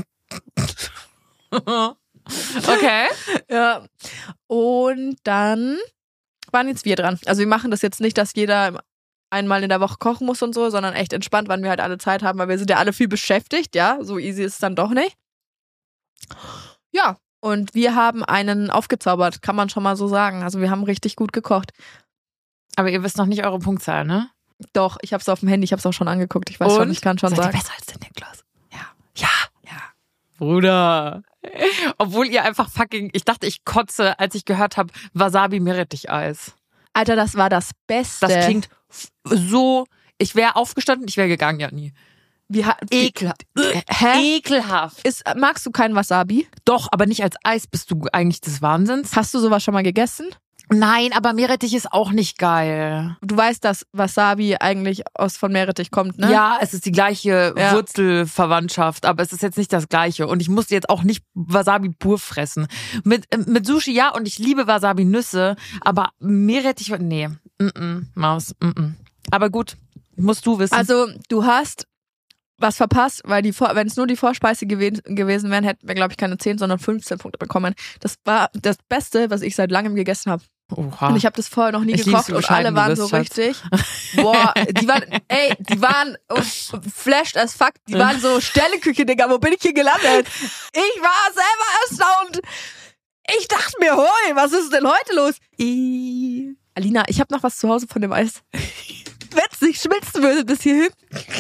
Okay. Ja. Und dann waren jetzt wir dran. Also wir machen das jetzt nicht, dass jeder einmal in der Woche kochen muss und so, sondern echt entspannt, wann wir halt alle Zeit haben, weil wir sind ja alle viel beschäftigt, ja. So easy ist es dann doch nicht. Ja. Und wir haben einen aufgezaubert, kann man schon mal so sagen. Also wir haben richtig gut gekocht. Aber ihr wisst noch nicht eure Punktzahl, ne? Doch, ich hab's auf dem Handy, ich hab's auch schon angeguckt. Ich weiß Und? schon, ich kann schon Seid ihr sagen. besser als der Niklas? Ja. Ja. Ja. Bruder. Obwohl ihr einfach fucking, ich dachte, ich kotze, als ich gehört habe, Wasabi-Meerrettich-Eis. Alter, das war das Beste. Das klingt so, ich wäre aufgestanden, ich wäre gegangen, ja nie. Wie, Ekelhaft. Hä? Ekelhaft. Ist, magst du kein Wasabi? Doch, aber nicht als Eis. Bist du eigentlich des Wahnsinns? Hast du sowas schon mal gegessen? Nein, aber Meerrettich ist auch nicht geil. Du weißt, dass Wasabi eigentlich aus von Meerrettich kommt, ne? Ja, es ist die gleiche Ja. Wurzelverwandtschaft, aber es ist jetzt nicht das Gleiche. Und ich musste jetzt auch nicht Wasabi pur fressen. Mit, mit Sushi ja, und ich liebe Wasabi-Nüsse, aber Meerrettich, nee, mm -mm, Maus, mm -mm. Aber gut, musst du wissen. Also, du hast was verpasst, weil die Vor- wenn es nur die Vorspeise gew- gewesen wären, hätten wir, glaube ich, keine zehn, sondern fünfzehn Punkte bekommen. Das war das Beste, was ich seit langem gegessen habe. Oha. Und ich habe das vorher noch nie Ich gekocht lieb's, wie und alle bescheiden waren du so bist, richtig. Boah, die waren, ey, die waren oh, flashed as fuck. Die waren so Sterneküche, Digga, wo bin ich hier gelandet? Ich war selber erstaunt. Ich dachte mir, hoi, was ist denn heute los? I- Alina, ich habe noch was zu Hause von dem Eis. Wenn es nicht schmilzen würde bis hierhin.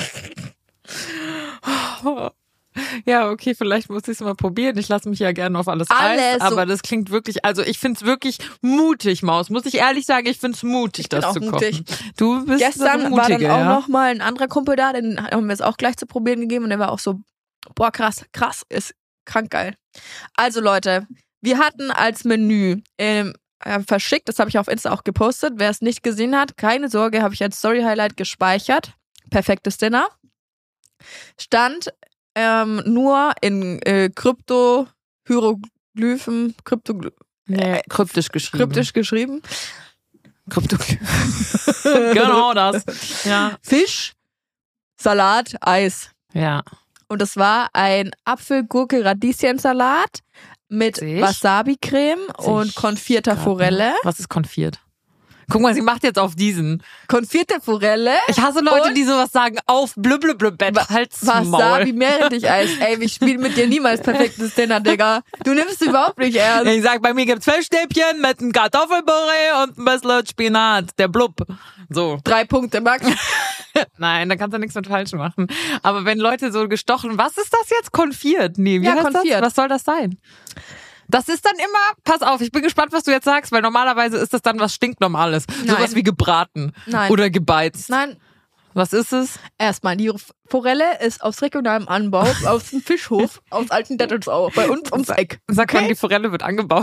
Ja, okay, vielleicht muss ich es mal probieren. Ich lasse mich ja gerne auf alles, Alles Eis, so- aber das klingt wirklich, also ich find's wirklich mutig, Maus. Muss ich ehrlich sagen, ich find's mutig, Ich bin das auch zu mutig. kochen. Du bist Gestern so war mutige, dann auch ja? noch mal ein anderer Kumpel da, den haben wir es auch gleich zu probieren gegeben und der war auch so, boah krass, krass, ist krank geil. Also Leute, wir hatten als Menü ähm, äh, verschickt, das habe ich auf Insta auch gepostet, wer es nicht gesehen hat, keine Sorge, habe ich als Story-Highlight gespeichert. Perfektes Dinner. Stand ähm, nur in äh, Krypto, Hieroglyphen, Krypto, Nee, kryptisch geschrieben. kryptisch geschrieben. Krypto. Genau das. Ja. Fisch, Salat, Eis. Ja. Und es war ein Apfel-Gurke-Radieschensalat mit Sich. Wasabi-Creme und Sich. konfierter Forelle. Was ist konfiert? Guck mal, sie macht jetzt auf diesen. Konfierte Forelle, Ich hasse Leute, Und? die sowas sagen, auf blüblüblübett, Halsmaul. Wasabi-Meerrettich-Eis. Ey, ich spiele mit dir niemals perfektes Dinner, Digga. Du nimmst es überhaupt nicht ernst. Ich sag, bei mir gibt's Fischstäbchen mit einem Kartoffelpüree und ein bisschen Spinat. Der Blub. So. Drei Punkte, Max. Nein, da kannst du nichts mit falsch machen. Aber wenn Leute so gestochen, was ist das jetzt? Konfiert? Nee, wie Ja, heißt konfiert. das? Was soll das sein? Das ist dann immer, pass auf, ich bin gespannt, was du jetzt sagst, weil normalerweise ist das dann was Stinknormales. Nein. Sowas wie gebraten. Nein. Oder gebeizt. Nein, Was ist es? erstmal, die Forelle ist aus regionalem Anbau, aus dem Fischhof, aus Alten Dettelsau, bei uns ums Eck. Sag mal, die Forelle wird angebaut.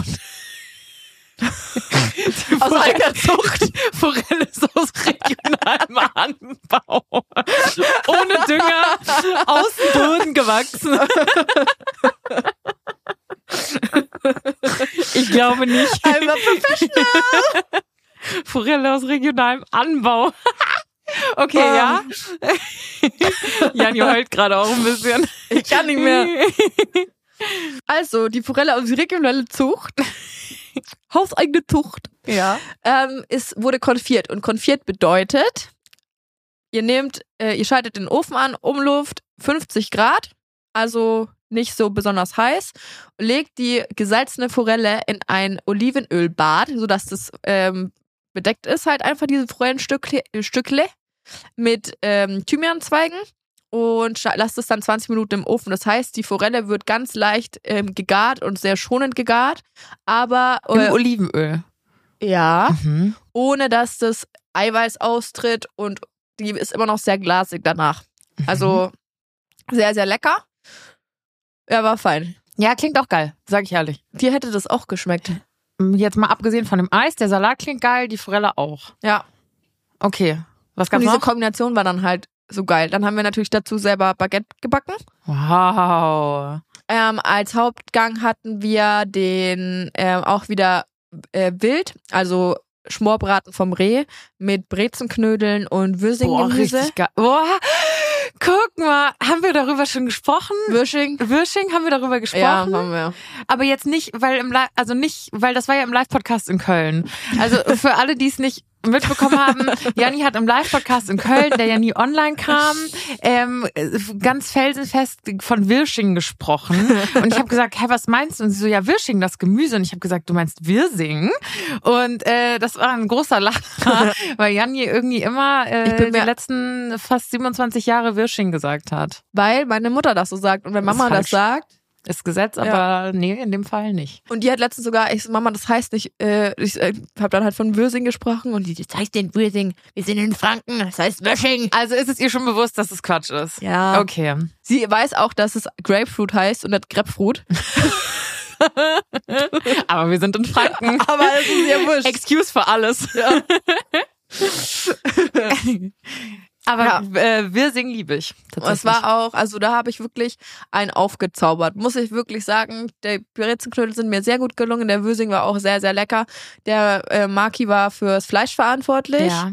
Die Aus Forelle- eigener Zucht. Forelle ist aus regionalem Anbau. Ohne Dünger, aus dem Boden gewachsen. Ich glaube nicht. Einmal professional. Forelle aus regionalem Anbau. Okay, Oh. ja. Janni heult gerade auch ein bisschen. Ich kann nicht mehr. Also, die Forelle aus regionaler Zucht, hauseigene Zucht, Ja. ähm, ist, wurde konfiert. Und konfiert bedeutet, ihr nehmt, äh, ihr schaltet den Ofen an, Umluft fünfzig Grad, also nicht so besonders heiß, legt die gesalzene Forelle in ein Olivenölbad, sodass das ähm, bedeckt ist, halt einfach diese Forellenstückle Stückle mit ähm, Thymianzweigen und scha- lasst es dann zwanzig Minuten im Ofen. Das heißt, die Forelle wird ganz leicht ähm, gegart und sehr schonend gegart, aber Im äh, Olivenöl. ja, Mhm. ohne dass das Eiweiß austritt und die ist immer noch sehr glasig danach. Also sehr, sehr lecker. Ja, war fein. Ja, klingt auch geil, sag ich ehrlich. Dir hätte das auch geschmeckt. Jetzt mal abgesehen von dem Eis, der Salat klingt geil, die Forelle auch. Ja. Okay, was Und gab's diese noch? Kombination war dann halt so geil. Dann haben wir natürlich dazu selber Baguette gebacken. Wow. Ähm, als Hauptgang hatten wir den ähm, auch wieder äh, Wild, also Schmorbraten vom Reh mit Brezenknödeln und Boah, Würsinggemüse. richtig geil. Boah, guck mal, haben wir darüber schon gesprochen? Würsching. Würsching, haben wir darüber gesprochen? Ja, haben wir. Aber jetzt nicht, weil im Live, also nicht, weil das war ja im Live-Podcast in Köln. Also für alle, die es nicht mitbekommen haben, Janni hat im Live-Podcast in Köln, der ja nie online kam, ähm, ganz felsenfest von Wirsching gesprochen. Und ich habe gesagt, hä, was meinst du? Und sie so, ja, Wirsching, das Gemüse. Und ich habe gesagt, du meinst Wirsing? Und äh, das war ein großer Lacher, weil Janni irgendwie immer äh, Ich bin die mir- letzten fast siebenundzwanzig Jahre Wirsching gesagt hat. Weil meine Mutter das so sagt. Und wenn Das ist Mama das falsch. sagt, ist Gesetz, aber ja. nee, in dem Fall nicht. Und die hat letztens sogar, ich so, Mama, das heißt nicht, äh, ich äh, habe dann halt von Würsing gesprochen und die, das heißt den Würsing, wir sind in Franken, das heißt Wösching. Also ist es ihr schon bewusst, dass es Quatsch ist? Ja. Okay. Sie weiß auch, dass es Grapefruit heißt und nicht Grapefruit. Aber wir sind in Franken. Aber es ist ja wurscht. Excuse für alles. Ja. Aber ja. äh, Würsing liebe ich. Es war auch, also da habe ich wirklich einen aufgezaubert. Muss ich wirklich sagen, die Brezenknödel sind mir sehr gut gelungen. Der Würsing war auch sehr, sehr lecker. Der äh, Maki war fürs Fleisch verantwortlich. Ja.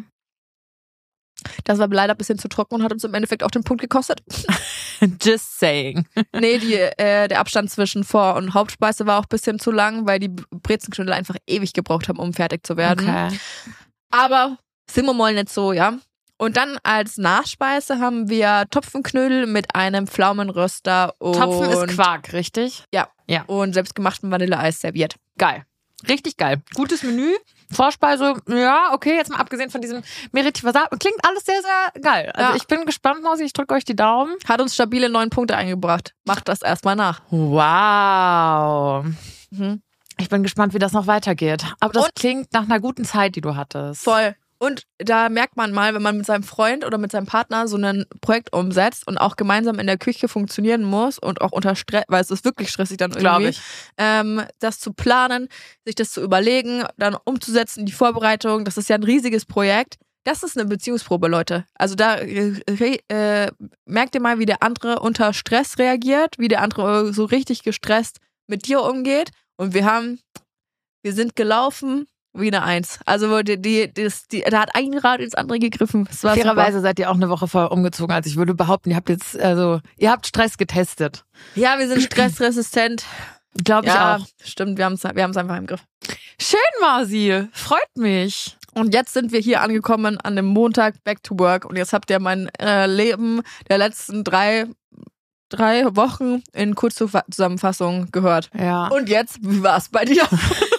Das war leider ein bisschen zu trocken und hat uns im Endeffekt auch den Punkt gekostet. Just saying. Nee, die, äh, der Abstand zwischen Vor- und Hauptspeise war auch ein bisschen zu lang, weil die Brezenknödel einfach ewig gebraucht haben, um fertig zu werden. Okay. Aber sind wir mal nicht so, ja. Und dann als Nachspeise haben wir Topfenknödel mit einem Pflaumenröster und... Topfen ist Quark, richtig? Ja. Ja. Und selbstgemachten Vanilleeis serviert. Geil. Richtig geil. Gutes Menü. Vorspeise, ja, okay, jetzt mal abgesehen von diesem Meritivasat. Klingt alles sehr, sehr geil. Also ja. ich bin gespannt, Mausi, ich drücke euch die Daumen. Hat uns stabile neun Punkte eingebracht. Macht das erstmal nach. Wow. Mhm. Ich bin gespannt, wie das noch weitergeht. Aber das Und klingt nach einer guten Zeit, die du hattest. Voll. Und da merkt man mal, wenn man mit seinem Freund oder mit seinem Partner so ein Projekt umsetzt und auch gemeinsam in der Küche funktionieren muss und auch unter Stress, weil es ist wirklich stressig dann irgendwie, ich. Ähm, das zu planen, sich das zu überlegen, dann umzusetzen, die Vorbereitung, das ist ja ein riesiges Projekt. Das ist eine Beziehungsprobe, Leute. Also da äh, merkt ihr mal, wie der andere unter Stress reagiert, wie der andere so richtig gestresst mit dir umgeht. Und wir haben, wir sind gelaufen wie eine Eins. Also die, die, das, die, da hat ein Rad ins andere gegriffen. Fairerweise seid ihr auch eine Woche vorher umgezogen. Also ich würde behaupten, ihr habt jetzt, also ihr habt Stress getestet. Ja, wir sind stressresistent. Glaube ich ja, auch. Stimmt, wir haben es wir haben's einfach im Griff. Schön, Mausi. Freut mich. Und jetzt sind wir hier angekommen an dem Montag back to work. Und jetzt habt ihr mein äh, Leben der letzten drei drei Wochen in Kurzzusammenfassung gehört. Ja. Und jetzt, wie war es bei dir?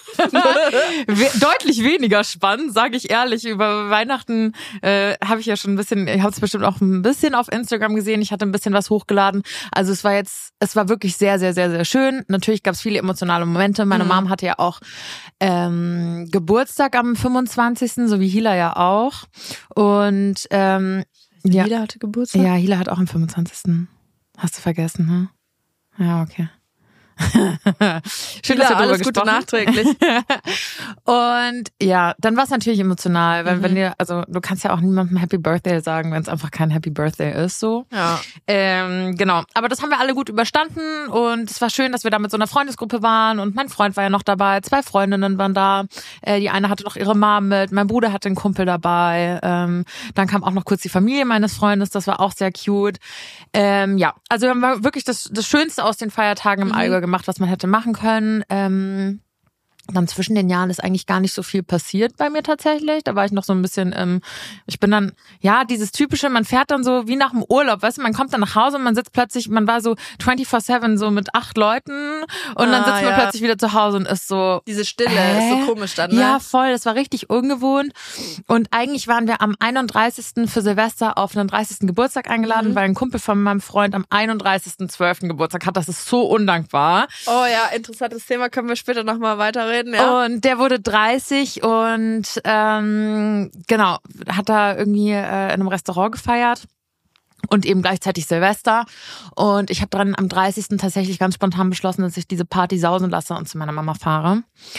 Deutlich weniger spannend, sage ich ehrlich. Über Weihnachten äh, habe ich ja schon ein bisschen, ich habe es bestimmt auch ein bisschen auf Instagram gesehen. Ich hatte ein bisschen was hochgeladen. Also es war jetzt, es war wirklich sehr, sehr, sehr, sehr schön. Natürlich gab es viele emotionale Momente. Meine mhm. Mom hatte ja auch ähm, Geburtstag am fünfundzwanzigsten so wie Hila ja auch. Und ähm, ja. Hila hatte Geburtstag? Ja, Hila hat auch am fünfundzwanzigsten Hast du vergessen, ne? Ja, okay. Schön, dass wir alles drüber Gute gesprochen. nachträglich. Und ja, dann war es natürlich emotional, weil mhm. wenn dir, also du kannst ja auch niemandem Happy Birthday sagen, wenn es einfach kein Happy Birthday ist, so. Ja. Ähm, genau. Aber das haben wir alle gut überstanden und es war schön, dass wir da mit so einer Freundesgruppe waren und mein Freund war ja noch dabei, zwei Freundinnen waren da. Äh, die eine hatte noch ihre Mom mit, mein Bruder hatte einen Kumpel dabei. Ähm, dann kam auch noch kurz die Familie meines Freundes, das war auch sehr cute. Ähm, ja, also wir haben wirklich das, das Schönste aus den Feiertagen im mhm. Allgäu gemacht, was man hätte machen können. Ähm, dann zwischen den Jahren ist eigentlich gar nicht so viel passiert bei mir tatsächlich. Da war ich noch so ein bisschen, ähm, ich bin dann, ja, dieses typische, man fährt dann so wie nach dem Urlaub, weißt du, man kommt dann nach Hause und man sitzt plötzlich, man war so vierundzwanzig sieben so mit acht Leuten und ah, dann sitzt man ja. plötzlich wieder zu Hause und ist so... Diese Stille äh? ist so komisch dann, ne? Ja, voll, das war richtig ungewohnt. Und eigentlich waren wir am einunddreißigsten für Silvester auf einen dreißigsten Geburtstag eingeladen, mhm. weil ein Kumpel von meinem Freund am einunddreißigsten zwölften Geburtstag hat. Das ist so undankbar. Oh ja, interessantes Thema, können wir später nochmal weiterreden. Ja. Und der wurde dreißig und ähm, genau, hat da irgendwie äh, in einem Restaurant gefeiert und eben gleichzeitig Silvester. Und ich habe dann am dreißigsten tatsächlich ganz spontan beschlossen, dass ich diese Party sausen lasse und zu meiner Mama fahre.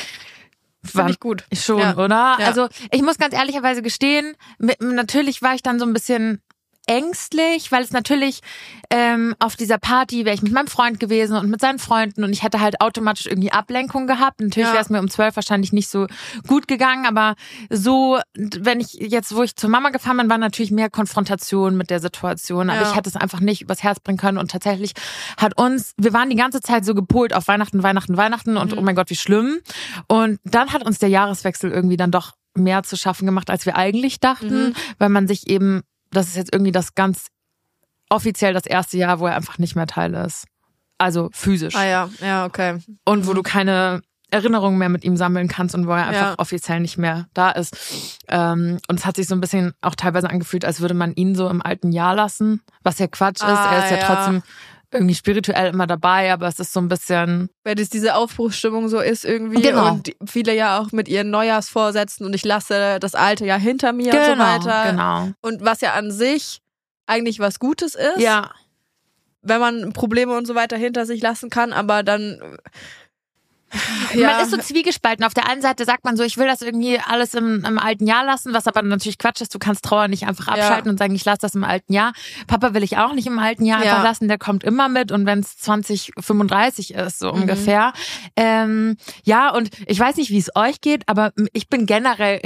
Finde ich gut. Schon, ja. oder? Ja. Also ich muss ganz ehrlicherweise gestehen, mit, natürlich war ich dann so ein bisschen ängstlich, weil es natürlich ähm, auf dieser Party wäre ich mit meinem Freund gewesen und mit seinen Freunden und ich hätte halt automatisch irgendwie Ablenkung gehabt. Natürlich ja. wäre es mir um zwölf wahrscheinlich nicht so gut gegangen, aber so, wenn ich jetzt, wo ich zur Mama gefahren bin, war natürlich mehr Konfrontation mit der Situation, aber ja. ich hätte es einfach nicht übers Herz bringen können und tatsächlich hat uns, wir waren die ganze Zeit so gepolt auf Weihnachten, Weihnachten, Weihnachten und mhm. oh mein Gott, wie schlimm. Und dann hat uns der Jahreswechsel irgendwie dann doch mehr zu schaffen gemacht, als wir eigentlich dachten, mhm. weil man sich eben das ist jetzt irgendwie das ganz offiziell das erste Jahr, wo er einfach nicht mehr Teil ist. Also physisch. Ah ja, ja, okay. Und wo du keine Erinnerungen mehr mit ihm sammeln kannst und wo er einfach ja. offiziell nicht mehr da ist. Ähm, und es hat sich so ein bisschen auch teilweise angefühlt, als würde man ihn so im alten Jahr lassen, was ja Quatsch ist. Ah, er ist ja, ja trotzdem irgendwie spirituell immer dabei, aber es ist so ein bisschen... Weil das diese Aufbruchsstimmung so ist irgendwie. Genau. Und viele ja auch mit ihren Neujahrsvorsätzen und ich lasse das Alte ja hinter mir genau, und so weiter. Genau. Und was ja an sich eigentlich was Gutes ist, ja. wenn man Probleme und so weiter hinter sich lassen kann, aber dann... Ja. Man ist so zwiegespalten. Auf der einen Seite sagt man so, ich will das irgendwie alles im, im alten Jahr lassen, was aber natürlich Quatsch ist. Du kannst Trauer nicht einfach abschalten ja. und sagen, ich lasse das im alten Jahr. Papa will ich auch nicht im alten Jahr einfach ja. lassen, der kommt immer mit. Und wenn es zwanzig fünfunddreißig ist, so mhm. ungefähr. Ähm, ja, und ich weiß nicht, wie es euch geht, aber ich bin generell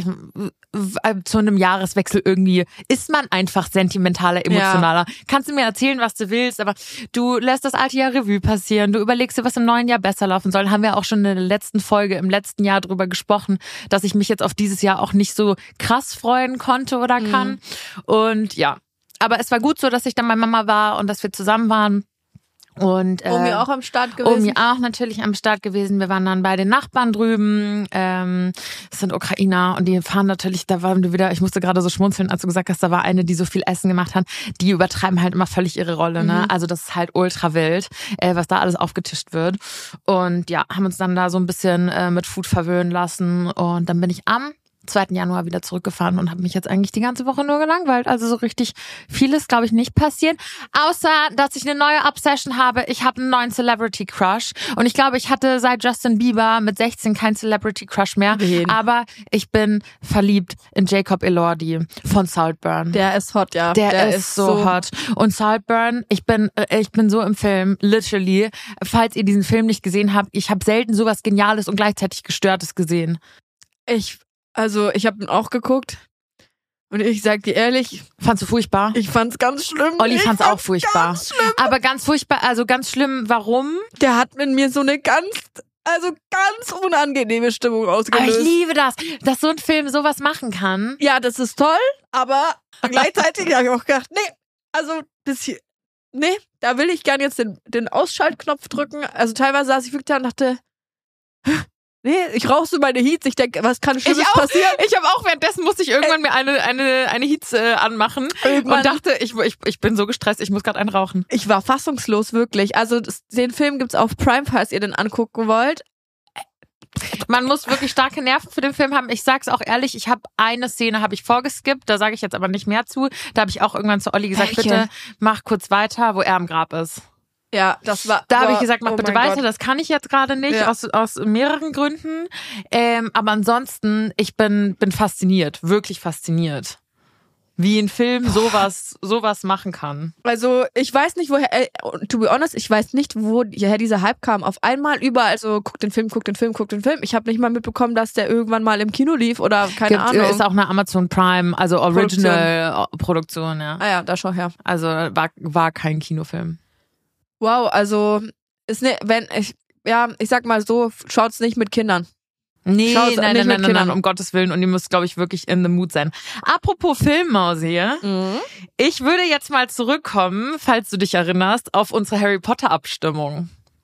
zu einem Jahreswechsel irgendwie, ist man einfach sentimentaler, emotionaler. Ja. Kannst du mir erzählen, was du willst, aber du lässt das alte Jahr Revue passieren. Du überlegst dir, was im neuen Jahr besser laufen soll. Haben wir auch schon in der letzten Folge im letzten Jahr drüber gesprochen, dass ich mich jetzt auf dieses Jahr auch nicht so krass freuen konnte oder kann. Mhm. Und ja, aber es war gut so, dass ich dann bei Mama war und dass wir zusammen waren. Und äh, Omi auch am Start gewesen. Omi auch natürlich am Start gewesen. Wir waren dann bei den Nachbarn drüben. Ähm, das sind Ukrainer und die fahren natürlich, da waren wir wieder, ich musste gerade so schmunzeln, als du gesagt hast, da war eine, die so viel Essen gemacht hat. Die übertreiben halt immer völlig ihre Rolle, ne? Mhm. Also das ist halt ultra wild, äh, was da alles aufgetischt wird. Und ja, haben uns dann da so ein bisschen äh, mit Food verwöhnen lassen. Und dann bin ich am zweiten Januar wieder zurückgefahren und habe mich jetzt eigentlich die ganze Woche nur gelangweilt. Also so richtig viel ist, glaube ich, nicht passiert. Außer, dass ich eine neue Obsession habe. Ich habe einen neuen Celebrity Crush. Und ich glaube, ich hatte seit Justin Bieber mit sechzehn keinen Celebrity Crush mehr. Wen? Aber ich bin verliebt in Jacob Elordi von Saltburn. Der ist hot, ja. Der, Der ist, ist so, so hot. Und Saltburn, ich bin, ich bin so im Film, literally. Falls ihr diesen Film nicht gesehen habt, ich habe selten sowas Geniales und gleichzeitig Gestörtes gesehen. Ich Also, ich habe ihn auch geguckt und ich sag dir ehrlich... Fandst du furchtbar? Ich fand's ganz schlimm. Olli ich fand's, fand's auch furchtbar. Ganz schlimm. Aber ganz furchtbar, also ganz schlimm, warum? Der hat mit mir so eine ganz, also ganz unangenehme Stimmung ausgelöst. Aber ich liebe das, dass so ein Film sowas machen kann. Ja, das ist toll, aber gleichzeitig habe ich auch gedacht, nee, also das hier, nee, da will ich gern jetzt den, den Ausschaltknopf drücken. Also teilweise saß ich wirklich da und dachte... Nee, ich rauche so meine Heats. Ich denke, was kann Schlimmes ich auch, passieren? Ich habe auch währenddessen musste ich irgendwann mir eine eine eine Heats äh, anmachen irgendwann. Und dachte, ich, ich ich bin so gestresst, ich muss gerade einen rauchen. Ich war fassungslos, wirklich. Also das, den Film gibt's auf Prime, falls ihr den angucken wollt. Man muss wirklich starke Nerven für den Film haben. Ich sag's auch ehrlich, ich habe eine Szene habe ich vorgeskippt, da sage ich jetzt aber nicht mehr zu. Da habe ich auch irgendwann zu Olli gesagt, Welche? bitte mach kurz weiter, wo er am Grab ist. Ja, das war. Da habe ich gesagt, mach oh bitte weiter. Gott. Das kann ich jetzt gerade nicht ja. aus aus mehreren Gründen. Ähm, aber ansonsten, ich bin bin fasziniert, wirklich fasziniert, wie ein Film sowas sowas machen kann. Also ich weiß nicht, woher. Äh, to be honest, ich weiß nicht, woher dieser Hype kam. Auf einmal überall, also guck den Film, guck den Film, guck den Film. Ich habe nicht mal mitbekommen, dass der irgendwann mal im Kino lief oder keine Gibt, Ahnung. Ist auch eine Amazon Prime, also Original Produktion, Produktion ja. Ah ja, da schau her. Also war war kein Kinofilm. Wow, also ist ne, wenn ich ja, ich sag mal so, schaut's nicht mit Kindern. Nee, schaut's nein, nicht nein, nein, nein, nein, um Gottes Willen. Und ihr müsst, glaube ich, wirklich in the mood sein. Apropos Filmmausi, mhm. ich würde jetzt mal zurückkommen, falls du dich erinnerst, auf unsere Harry Potter Abstimmung.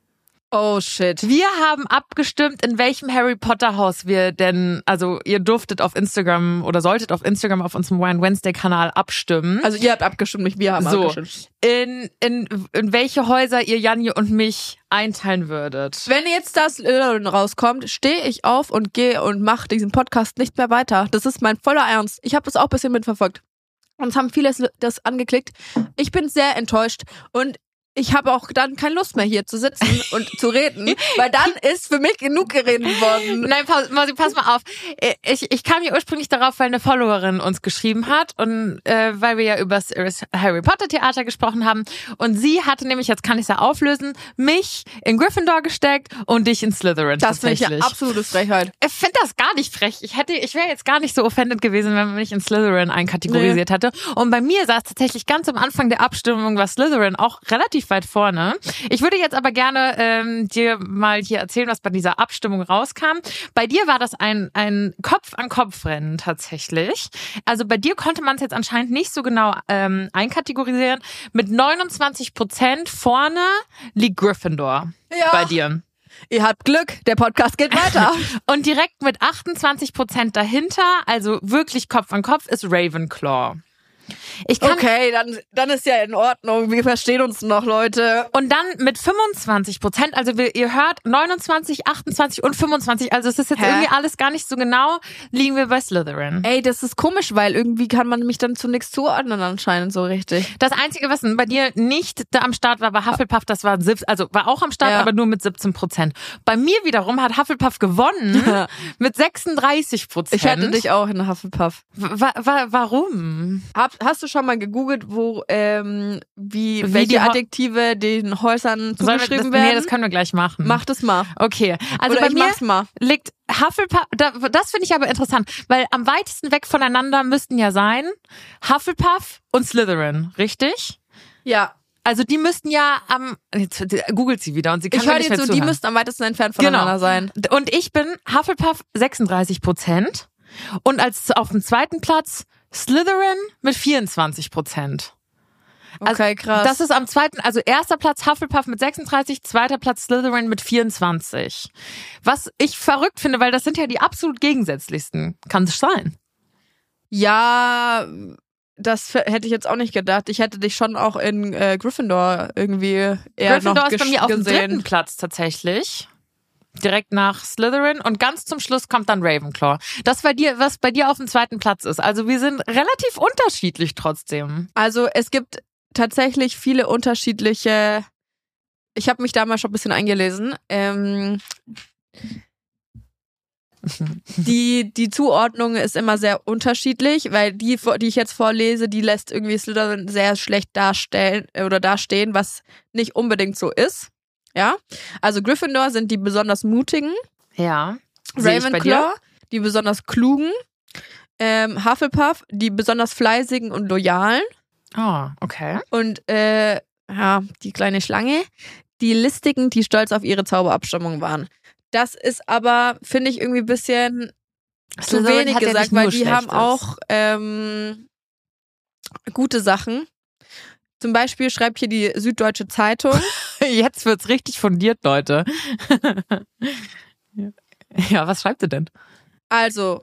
Oh shit. Wir haben abgestimmt, in welchem Harry Potter Haus wir denn, also ihr durftet auf Instagram oder solltet auf Instagram auf unserem Wine Wednesday Kanal abstimmen. Also ihr habt abgestimmt, nicht wir haben so, abgestimmt. In, in, in welche Häuser ihr Janni und mich einteilen würdet. Wenn jetzt das rauskommt, stehe ich auf und gehe und mache diesen Podcast nicht mehr weiter. Das ist mein voller Ernst. Ich habe das auch ein bisschen mitverfolgt. Uns haben viele das angeklickt. Ich bin sehr enttäuscht und ich habe auch dann keine Lust mehr hier zu sitzen und zu reden, weil dann ist für mich genug geredet worden. Nein, pass, pass mal auf. Ich, ich kam hier ursprünglich darauf, weil eine Followerin uns geschrieben hat und äh, weil wir ja über das Harry Potter Theater gesprochen haben und sie hatte nämlich, jetzt kann ich es ja auflösen, mich in Gryffindor gesteckt und dich in Slytherin. Das finde ich ja absolute Frechheit. Ich finde das gar nicht frech. Ich hätte, ich wäre jetzt gar nicht so offended gewesen, wenn man mich in Slytherin einkategorisiert nee. hätte. Und bei mir saß tatsächlich ganz am Anfang der Abstimmung war Slytherin auch relativ weit vorne. Ich würde jetzt aber gerne ähm, dir mal hier erzählen, was bei dieser Abstimmung rauskam. Bei dir war das ein ein Kopf-an-Kopf-Rennen tatsächlich. Also bei dir konnte man es jetzt anscheinend nicht so genau ähm, einkategorisieren. Mit neunundzwanzig Prozent vorne liegt Gryffindor ja. bei dir. Ihr habt Glück, der Podcast geht weiter. Und direkt mit achtundzwanzig Prozent dahinter, also wirklich Kopf an Kopf, ist Ravenclaw. Ich kann okay, dann, dann ist ja in Ordnung. Wir verstehen uns noch, Leute. Und dann mit fünfundzwanzig Prozent, also wir, ihr hört neunundzwanzig, achtundzwanzig und fünfundzwanzig, also es ist jetzt Hä? irgendwie alles gar nicht so genau, liegen wir bei Slytherin. Ey, das ist komisch, weil irgendwie kann man mich dann zu nichts zuordnen anscheinend so richtig. Das Einzige, was bei dir nicht da am Start war, war Hufflepuff, das war also war auch am Start, ja. aber nur mit siebzehn Prozent. Bei mir wiederum hat Hufflepuff gewonnen mit sechsunddreißig Prozent. Ich hätte dich auch in Hufflepuff. Wa- wa- warum? Hab, hast du schon mal gegoogelt, wo ähm, wie, wie welche Adjektive den Häusern zugeschrieben das, werden? Nee, das können wir gleich machen. Mach das mal. Okay. Also Oder bei ich mir mach's mal. liegt Hufflepuff, da, das finde ich aber interessant, weil am weitesten weg voneinander müssten ja sein Hufflepuff und Slytherin, richtig? Ja. Also die müssten ja am, jetzt googelt sie wieder und sie kann ich höre nicht dir mehr zu, zuhören. die müssten am weitesten entfernt voneinander genau. sein. Und ich bin Hufflepuff sechsunddreißig Prozent und als auf dem zweiten Platz Slytherin mit vierundzwanzig Prozent. Also okay, krass. Das ist am zweiten, also erster Platz Hufflepuff mit sechsunddreißig, zweiter Platz Slytherin mit vierundzwanzig. Was ich verrückt finde, weil das sind ja die absolut gegensätzlichsten. Kann es sein? Ja, das hätte ich jetzt auch nicht gedacht. Ich hätte dich schon auch in äh, Gryffindor irgendwie eher Gryffindor noch ist bei mir auf dem gesehen. dritten Platz tatsächlich. Direkt nach Slytherin und ganz zum Schluss kommt dann Ravenclaw. Das bei dir, was bei dir auf dem zweiten Platz ist. Also wir sind relativ unterschiedlich trotzdem. Also es gibt tatsächlich viele unterschiedliche. Ich habe mich da mal schon ein bisschen eingelesen. Ähm, die die Zuordnung ist immer sehr unterschiedlich, weil die, die ich jetzt vorlese, die lässt irgendwie Slytherin sehr schlecht darstellen oder dastehen, was nicht unbedingt so ist. Ja, also Gryffindor sind die besonders mutigen. Ja. Ravenclaw, die besonders klugen. Ähm, Hufflepuff, die besonders fleißigen und loyalen. Oh, okay. Und äh, ja, die kleine Schlange, die listigen, die stolz auf ihre Zauberabstammung waren. Das ist aber, finde ich, irgendwie ein bisschen zu Slytherin wenig hat ja gesagt, nicht nur weil die haben Schlechtes. auch ähm, gute Sachen. Zum Beispiel schreibt hier die Süddeutsche Zeitung. Jetzt wird's richtig fundiert, Leute. Ja, was schreibt ihr denn? Also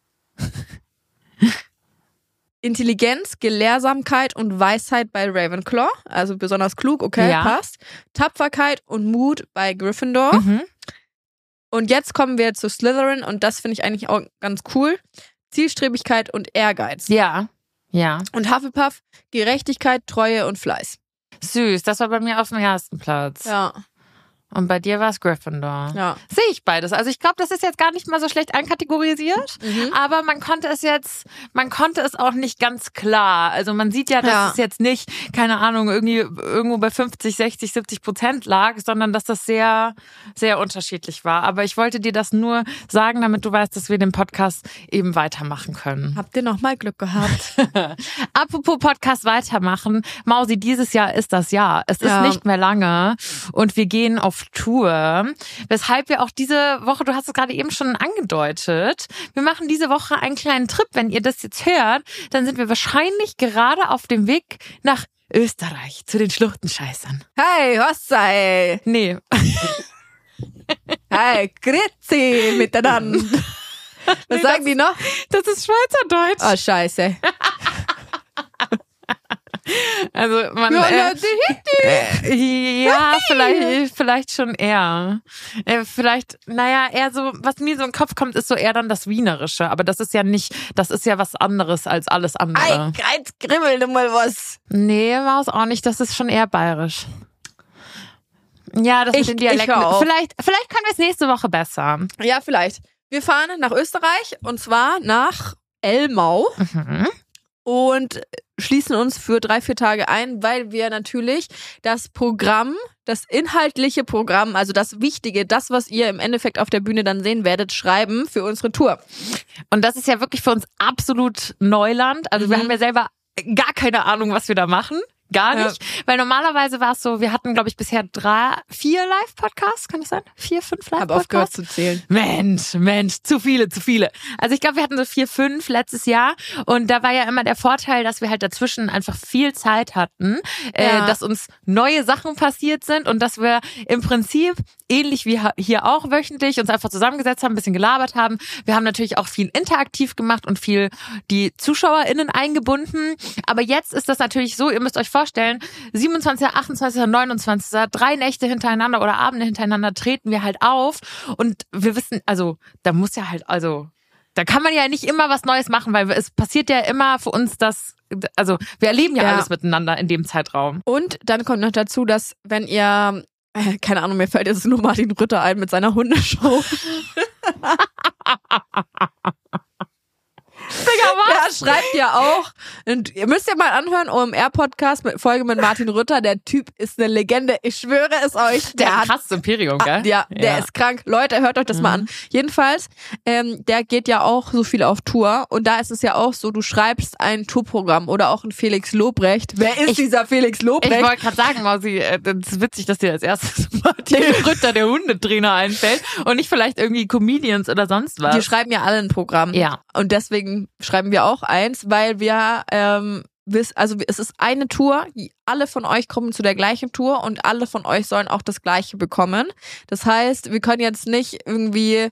Intelligenz, Gelehrsamkeit und Weisheit bei Ravenclaw, also besonders klug, okay, Ja. passt. Tapferkeit und Mut bei Gryffindor. Mhm. Und jetzt kommen wir zu Slytherin und das finde ich eigentlich auch ganz cool. Zielstrebigkeit und Ehrgeiz. Ja, ja. Und Hufflepuff, Gerechtigkeit, Treue und Fleiß. Süß, das war bei mir auf dem ersten Platz. Ja, Und bei dir war es Gryffindor. ja. Sehe ich beides. Also ich glaube, das ist jetzt gar nicht mal so schlecht einkategorisiert, Mhm. aber man konnte es jetzt, man konnte es auch nicht ganz klar. Also man sieht ja, dass Ja. es jetzt nicht, keine Ahnung, irgendwie irgendwo bei fünfzig, sechzig, siebzig Prozent lag, sondern dass das sehr, sehr unterschiedlich war. Aber ich wollte dir das nur sagen, damit du weißt, dass wir den Podcast eben weitermachen können. Habt ihr noch mal Glück gehabt? Apropos Podcast weitermachen. Mausi, dieses Jahr ist das Jahr. Es ist Ja. nicht mehr lange und wir gehen auf Tour. Weshalb wir auch diese Woche, du hast es gerade eben schon angedeutet, wir machen diese Woche einen kleinen Trip. Wenn ihr das jetzt hört, dann sind wir wahrscheinlich gerade auf dem Weg nach Österreich zu den Schluchtenscheißern. Hey, Hossei! Nee. Hey, grüezi miteinander! Was Nee, sagen die noch? Das ist Schweizerdeutsch. Oh, scheiße. Also man Ja, äh, ja, die- äh, ja vielleicht vielleicht schon eher. Äh, vielleicht, naja, eher so, was mir so in den Kopf kommt, ist so eher dann das Wienerische. Aber das ist ja nicht, das ist ja was anderes als alles andere. Ei, Kreuz, kribbel du mal was. Nee, war es auch nicht. Das ist schon eher bayerisch. Ja, das Ich- mit den Dialekten. ich hör auf. Vielleicht, vielleicht können wir es nächste Woche besser. Ja, vielleicht. Wir fahren nach Österreich und zwar nach Elmau Mhm. und schließen uns für drei, vier Tage ein, weil wir natürlich das Programm, das inhaltliche Programm, also das Wichtige, das, was ihr im Endeffekt auf der Bühne dann sehen werdet, schreiben für unsere Tour. Und das ist ja wirklich für uns absolut Neuland. Also wir Mhm. haben ja selber gar keine Ahnung, was wir da machen. gar nicht. Ja. Weil normalerweise war es so, wir hatten, glaube ich, bisher drei, vier Live-Podcasts, kann das sein? Vier, fünf Live-Podcasts? Ich habe aufgehört zu zählen. Mensch, Mensch, zu viele, zu viele. Also ich glaube, wir hatten so vier, fünf letztes Jahr und da war ja immer der Vorteil, dass wir halt dazwischen einfach viel Zeit hatten, ja. äh, dass uns neue Sachen passiert sind und dass wir im Prinzip ähnlich wie hier auch wöchentlich uns einfach zusammengesetzt haben, ein bisschen gelabert haben. Wir haben natürlich auch viel interaktiv gemacht und viel die ZuschauerInnen eingebunden. Aber jetzt ist das natürlich so, ihr müsst euch vorstellen, siebenundzwanzigster, achtundzwanzigster, neunundzwanzigster drei Nächte hintereinander oder Abende hintereinander treten wir halt auf und wir wissen, also da muss ja halt, also da kann man ja nicht immer was Neues machen, weil es passiert ja immer für uns, dass, also wir erleben ja, ja alles miteinander in dem Zeitraum. Und dann kommt noch dazu, dass wenn ihr keine Ahnung, mir fällt jetzt nur Martin Rütter ein mit seiner Hundeshow. Digga, was? Der schreibt ja auch, und ihr müsst ja mal anhören, O M R-Podcast mit Folge mit Martin Rütter. Der Typ ist eine Legende, ich schwöre es euch. Der, der hat ein krasses Imperium, gell? Ja, der ja. ist krank. Leute, hört euch das mhm. mal an. Jedenfalls, ähm, der geht ja auch so viel auf Tour und da ist es ja auch so, du schreibst ein Tourprogramm oder auch ein Felix Lobrecht. Wer ist ich, dieser Felix Lobrecht? Ich wollte gerade sagen, Mausi, das ist witzig, dass dir als erstes Martin Rütter, der Hundetrainer, einfällt und nicht vielleicht irgendwie Comedians oder sonst was. Die schreiben ja alle ein Programm. Ja. Und deswegen schreiben wir auch eins, weil wir, ähm, also es ist eine Tour, alle von euch kommen zu der gleichen Tour und alle von euch sollen auch das Gleiche bekommen. Das heißt, wir können jetzt nicht irgendwie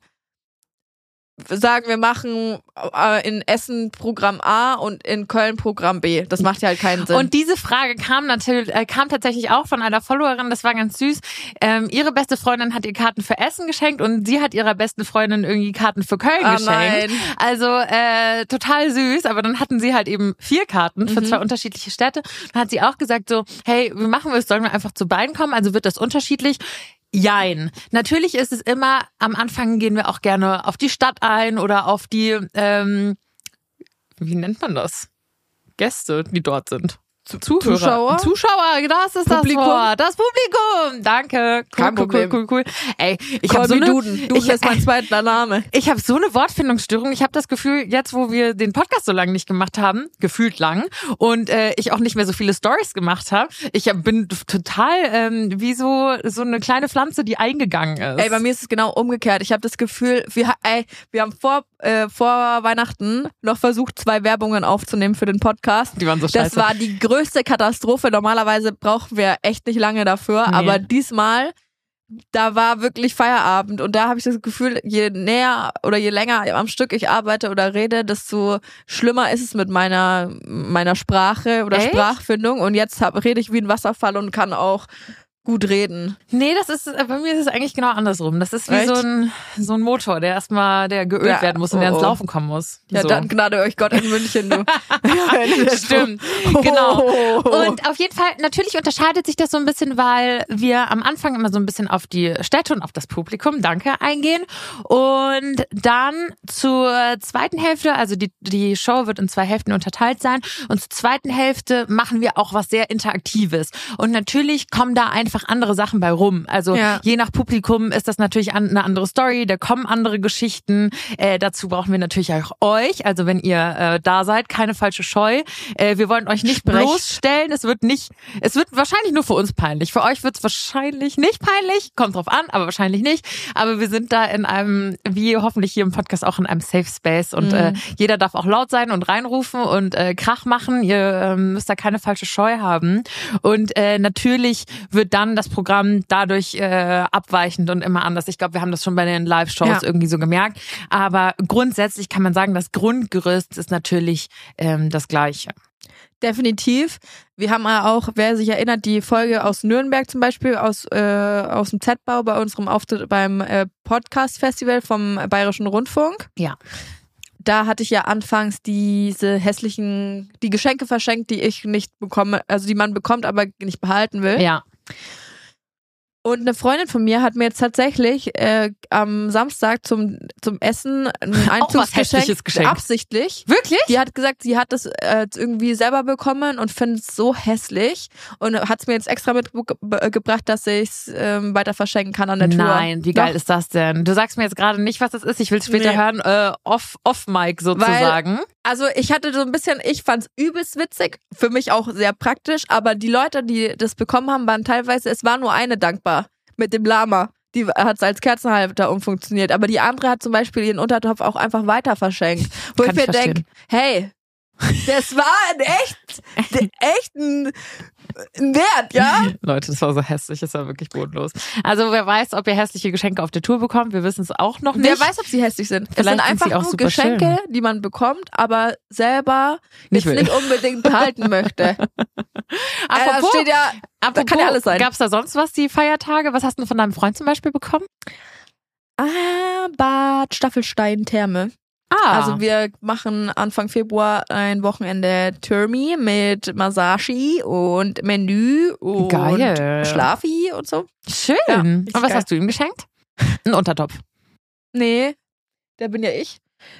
sagen, wir machen äh, in Essen Programm A und in Köln Programm B. Das macht ja halt keinen Sinn. Und diese Frage kam natürlich, äh, kam tatsächlich auch von einer Followerin, das war ganz süß. Ähm, ihre beste Freundin hat ihr Karten für Essen geschenkt und sie hat ihrer besten Freundin irgendwie Karten für Köln ah, geschenkt. Nein. Also äh, total süß, aber dann hatten sie halt eben vier Karten für mhm. zwei unterschiedliche Städte. Dann hat sie auch gesagt so, hey, wie machen wir es? Sollen wir einfach zu beiden kommen? Also wird das unterschiedlich? Jein. Natürlich ist es immer, am Anfang gehen wir auch gerne auf die Stadt ein oder auf die, ähm, wie nennt man das? Gäste, die dort sind. Zuhörer. Zuschauer? Zuschauer, das ist Publikum. das Wort. Das Publikum. Danke. Cool, Kein cool, Problem. cool, cool, cool. Ey, ich habe so eine Duden. Duden ist mein zweiter Name. Ich habe so eine Wortfindungsstörung. Ich habe das Gefühl, jetzt wo wir den Podcast so lange nicht gemacht haben, gefühlt lang, und äh, ich auch nicht mehr so viele Stories gemacht habe, ich hab, bin total ähm, wie so so eine kleine Pflanze, die eingegangen ist. Ey, bei mir ist es genau umgekehrt. Ich habe das Gefühl, wir ey, wir haben vor äh, vor Weihnachten noch versucht, zwei Werbungen aufzunehmen für den Podcast. Die waren so scheiße. Das war die größte Katastrophe. Normalerweise brauchen wir echt nicht lange dafür, nee. aber diesmal, da war wirklich Feierabend und da habe ich das Gefühl, je näher oder je länger am Stück ich arbeite oder rede, desto schlimmer ist es mit meiner meiner Sprache oder Echt? Sprachfindung und jetzt hab, rede ich wie ein Wasserfall und kann auch gut reden. Nee, das ist, bei mir ist es eigentlich genau andersrum. Das ist wie Echt? so ein, so ein Motor, der erstmal, der geölt ja, werden muss und oh, der ins Laufen kommen muss. Ja, so. Dann gnade euch Gott in München, du. Stimmt, genau. Und auf jeden Fall, natürlich unterscheidet sich das so ein bisschen, weil wir am Anfang immer so ein bisschen auf die Städte und auf das Publikum, danke, eingehen. Und dann zur zweiten Hälfte, also die, die Show wird in zwei Hälften unterteilt sein. Und zur zweiten Hälfte machen wir auch was sehr Interaktives. Und natürlich kommen da einfach andere Sachen bei rum. Also ja. je nach Publikum ist das natürlich eine andere Story, da kommen andere Geschichten. Äh, dazu brauchen wir natürlich auch euch. Also wenn ihr äh, da seid, keine falsche Scheu. Äh, wir wollen euch nicht Sprech. bloßstellen. Es wird nicht, es wird wahrscheinlich nur für uns peinlich. Für euch wird es wahrscheinlich nicht peinlich. Kommt drauf an, aber wahrscheinlich nicht. Aber wir sind da in einem, wie hoffentlich hier im Podcast auch in einem Safe Space und mhm. äh, jeder darf auch laut sein und reinrufen und äh, Krach machen. Ihr äh, müsst da keine falsche Scheu haben. Und äh, natürlich wird dann das Programm dadurch äh, abweichend und immer anders. Ich glaube, wir haben das schon bei den Live-Shows ja. irgendwie so gemerkt. Aber grundsätzlich kann man sagen, das Grundgerüst ist natürlich ähm, das Gleiche. Definitiv. Wir haben auch, wer sich erinnert, die Folge aus Nürnberg zum Beispiel, aus äh, aus dem Z-Bau bei unserem Auftritt beim äh, Podcast-Festival vom Bayerischen Rundfunk. Ja. Da hatte ich ja anfangs diese hässlichen, die Geschenke verschenkt, die ich nicht bekomme, also die man bekommt, aber nicht behalten will. Ja. Und eine Freundin von mir hat mir jetzt tatsächlich äh, am Samstag zum zum Essen ein Einzugsgeschenk geschenkt. Absichtlich. Wirklich? Die hat gesagt, sie hat das äh, irgendwie selber bekommen und findet es so hässlich und hat es mir jetzt extra mitgebracht, dass ich es ähm, weiter verschenken kann an der Tour. Nein, wie geil Doch. ist das denn? Du sagst mir jetzt gerade nicht, was das ist. Ich will es später Nee. hören. Äh, off, off Mic sozusagen. Weil, also ich hatte so ein bisschen, ich fand es übelst witzig, für mich auch sehr praktisch, aber die Leute, die das bekommen haben, waren teilweise, es war nur eine dankbar mit dem Lama. Die hat es als Kerzenhalter umfunktioniert, aber die andere hat zum Beispiel ihren Untertopf auch einfach weiter verschenkt. Wo Kann ich ich mir denke, hey, das war ein echt, echt ein, ein Wert, ja? Leute, das war so hässlich, das war wirklich bodenlos. Also wer weiß, ob ihr hässliche Geschenke auf der Tour bekommt, wir wissen es auch noch nicht. Wer weiß, ob sie hässlich sind. Vielleicht es sind sind einfach sie auch nur super Geschenke, schön. die man bekommt, aber selber Nicht jetzt will. nicht unbedingt behalten möchte. Äh, da Apropos, steht ja, da kann ja alles sein. Gab es da sonst was, die Feiertage? Was hast du von deinem Freund zum Beispiel bekommen? Ah, Bad Staffelstein Therme. Ah, Also wir machen Anfang Februar ein Wochenende Termi mit Masashi und Menü und Geil. Schlafi und so. schön. Ja, Und richtig was geil. hast du ihm geschenkt? Ein Untertopf. Nee, der bin ja ich.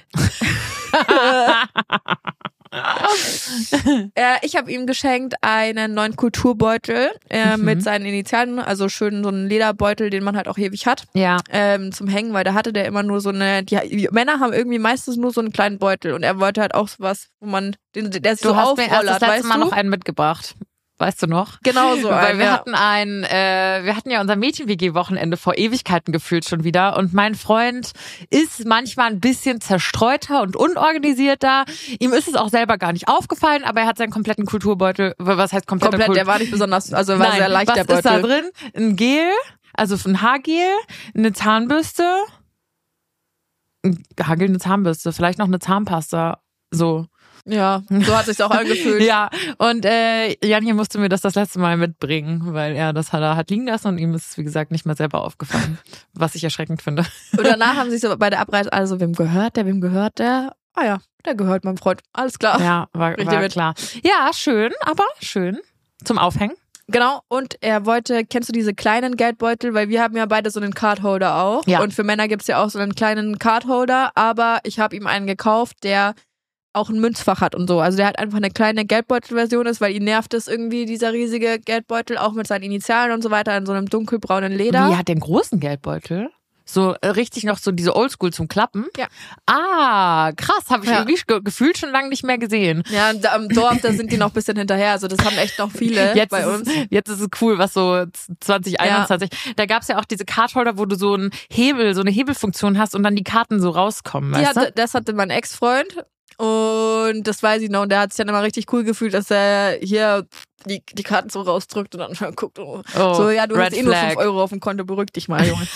äh, ich habe ihm geschenkt einen neuen Kulturbeutel äh, Mhm. mit seinen Initialen, also schön so einen Lederbeutel, den man halt auch ewig hat, Ja. ähm, zum Hängen, weil da hatte der immer nur so eine, die, die Männer haben irgendwie meistens nur so einen kleinen Beutel und er wollte halt auch sowas, wo man, den, der sich Du so hast mir erst das aufrollert, letzte weißt Mal du? noch einen mitgebracht. Weißt du noch? Genau so Weil einen, wir ja. hatten ein, äh, wir hatten ja unser Mädchen-W G-Wochenende vor Ewigkeiten gefühlt schon wieder und mein Freund ist manchmal ein bisschen zerstreuter und unorganisierter. Ihm ist es auch selber gar nicht aufgefallen, aber er hat seinen kompletten Kulturbeutel, was heißt kompletter Komplett, Kult- der war nicht besonders, also war Nein, sehr leicht, was der Beutel. ist da drin? Ein Gel, also ein Haargel, eine Zahnbürste, ein Haargel, eine Zahnbürste, vielleicht noch eine Zahnpasta, so. Ja, so hat sich's auch angefühlt. Ja, und äh, Jan hier musste mir das das letzte Mal mitbringen, weil er das hat, er hat liegen lassen und ihm ist es, wie gesagt, nicht mal selber aufgefallen, was ich erschreckend finde. Und danach haben sich so bei der Abreise, also wem gehört der, wem gehört der? Ah ja, der gehört meinem Freund. Alles klar. Ja, war, Richtig war mit. klar. Ja, schön, aber schön. Zum Aufhängen. Genau, und er wollte, kennst du diese kleinen Geldbeutel? Weil wir haben ja beide so einen Cardholder auch. Ja. Und für Männer gibt's ja auch so einen kleinen Cardholder, aber ich habe ihm einen gekauft, der auch ein Münzfach hat und so. Also der hat einfach eine kleine Geldbeutelversion ist, weil ihn nervt es irgendwie, dieser riesige Geldbeutel, auch mit seinen Initialen und so weiter, in so einem dunkelbraunen Leder. Wie hat den großen Geldbeutel? So äh, richtig noch so diese Oldschool zum Klappen? Ja. Ah, krass, habe ich Ja. irgendwie ge- gefühlt schon lange nicht mehr gesehen. Ja, da am Dorf, da sind die noch ein bisschen hinterher. Also das haben echt noch viele Jetzt bei ist uns. Es, jetzt ist es cool, was so zwanzig einundzwanzig. Da gab's ja auch diese Cardholder, wo du so einen Hebel, so eine Hebelfunktion hast und dann die Karten so rauskommen, Die weißt hatte, du? das hatte mein Ex-Freund und das weiß ich noch. Und der hat sich dann immer richtig cool gefühlt, dass er hier die, die Karten so rausdrückt und dann schon guckt. Oh. Oh, So, ja, du Red hast eh nur Flag. fünf Euro auf dem Konto, beruhig dich mal, Junge.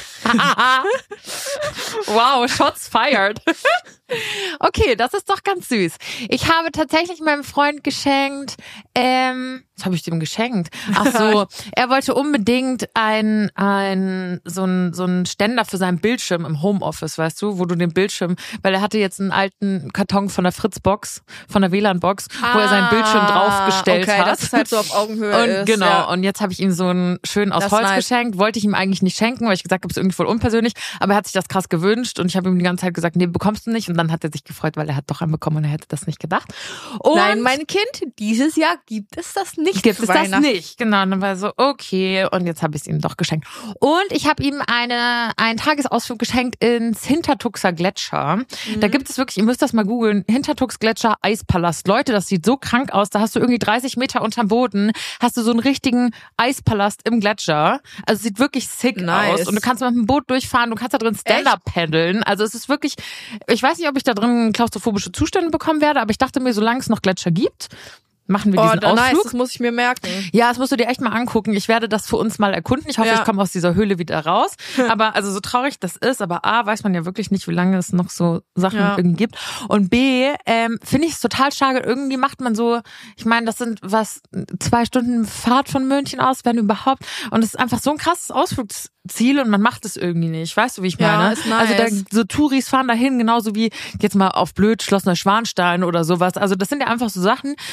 Wow, Shots fired. Okay, das ist doch ganz süß. Ich habe tatsächlich meinem Freund geschenkt, ähm, was habe ich dem geschenkt? Ach so, er wollte unbedingt ein, ein, so ein, so ein Ständer für seinen Bildschirm im Homeoffice, weißt du, wo du den Bildschirm, weil er hatte jetzt einen alten Karton von der Fritzbox, von der W L A N-Box, wo er seinen Bildschirm draufgestellt okay, hat. dass es halt so auf Augenhöhe Und ist. genau, Ja. und jetzt habe ich ihm so einen schön aus Das ist Holz nice. geschenkt. Wollte ich ihm eigentlich nicht schenken, weil ich gesagt habe, es ist irgendwie voll unpersönlich. Aber er hat sich das krass gewünscht und ich habe ihm die ganze Zeit gesagt, nee, bekommst du nicht. Und dann hat er sich gefreut, weil er hat doch einen bekommen und er hätte das nicht gedacht. Und Nein, mein Kind, dieses Jahr gibt es das nicht. gibt zu es das Weihnachten. nicht. Genau, und dann war er so, okay. Und jetzt habe ich es ihm doch geschenkt. Und ich habe ihm eine, einen Tagesausflug geschenkt ins Hintertuxer Gletscher. Mhm. Da gibt es wirklich, ihr müsst das mal googeln, Hintertux Gletscher Eispalast. Leute, das sieht so krank aus. Da hast du irgendwie dreißig Meter unterm Boden, hast du so einen richtigen Eispalast im Gletscher. Also es sieht wirklich sick Nice. aus. Und du kannst mit dem Boot durchfahren, du kannst da drin Stand-Up paddeln. Also es ist wirklich, ich weiß nicht, ob ich da drin klaustrophobische Zustände bekommen werde, aber ich dachte mir, solange es noch Gletscher gibt, machen wir Oh, diesen da, nice, Ausflug. das muss ich mir merken. Ja, das musst du dir echt mal angucken. Ich werde das für uns mal erkunden. Ich hoffe, Ja. ich komme aus dieser Höhle wieder raus. Aber also so traurig das ist, aber A, weiß man ja wirklich nicht, wie lange es noch so Sachen Ja. irgendwie gibt. Und B, ähm, finde ich es total schade. Irgendwie macht man so, ich meine, das sind was, zwei Stunden Fahrt von München aus, wenn überhaupt. Und es ist einfach so ein krasses Ausflugsziel und man macht es irgendwie nicht. Weißt du, wie ich Ja, meine? ist nice. Also da, so Touris fahren dahin, genauso wie jetzt mal auf blöd Schloss Neuschwanstein oder sowas. Also das sind ja einfach so Sachen, die man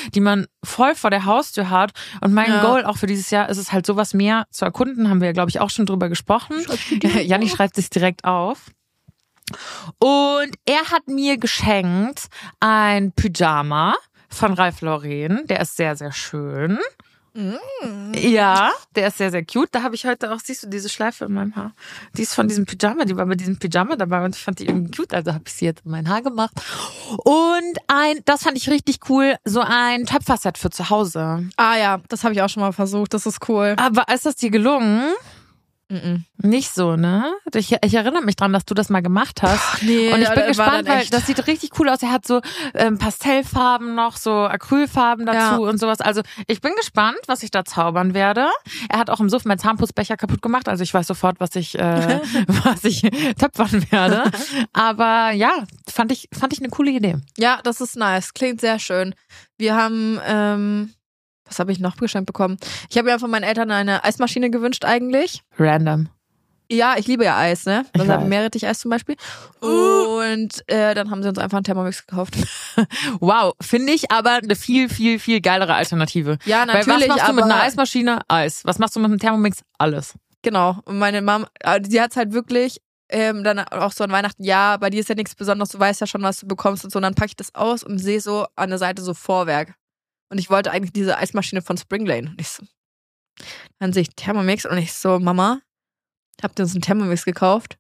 man voll vor der Haustür hat. Und mein ja. Goal auch für dieses Jahr ist es halt, sowas mehr zu erkunden. Haben wir ja, glaube ich, auch schon drüber gesprochen. Janni schreibt sich direkt auf. Und er hat mir geschenkt ein Pyjama von Ralph Lauren. Der ist sehr, sehr schön. Mm. Ja, der ist sehr, sehr cute. Da habe ich heute auch, siehst du, diese Schleife in meinem Haar. Die ist von diesem Pyjama, die war bei diesem Pyjama dabei und ich fand die irgendwie cute, also habe ich sie jetzt in mein Haar gemacht. Und ein, das fand ich richtig cool, so ein Töpferset für zu Hause. Ah ja, das habe ich auch schon mal versucht, das ist cool. Aber ist das dir gelungen? Mm-mm. Nicht so, ne? Ich, ich erinnere mich dran, dass du das mal gemacht hast. Ach, nee, und ich bin war gespannt, weil das sieht richtig cool aus. Er hat so ähm, Pastellfarben noch, so Acrylfarben dazu ja. und sowas. Also ich bin gespannt, was ich da zaubern werde. Er hat auch im Suff meinen Zahnputzbecher kaputt gemacht. Also ich weiß sofort, was ich, äh, was ich töpfern werde. Aber ja, fand ich, fand ich eine coole Idee. Ja, das ist nice. Klingt sehr schön. Wir haben... Ähm Was habe ich noch geschenkt bekommen? Ich habe ja von meinen Eltern eine Eismaschine gewünscht eigentlich. Random. Ja, ich liebe ja Eis, ne? Das habe Meerrettich-Eis zum Beispiel. Und äh, dann haben sie uns einfach einen Thermomix gekauft. Wow, finde ich aber eine viel, viel, viel geilere Alternative. Ja, natürlich. Weil was machst du aber mit einer Eismaschine? Eis. Was machst du mit einem Thermomix? Alles. Genau. Und meine Mom, die hat's halt wirklich ähm, dann auch so an Weihnachten, ja, bei dir ist ja nichts Besonderes, du weißt ja schon, was du bekommst und so. Und dann packe ich das aus und sehe so an der Seite so Vorwerk. Und ich wollte eigentlich diese Eismaschine von Springlane. Und ich so, dann sehe ich Thermomix und ich so, Mama, habt ihr uns einen Thermomix gekauft?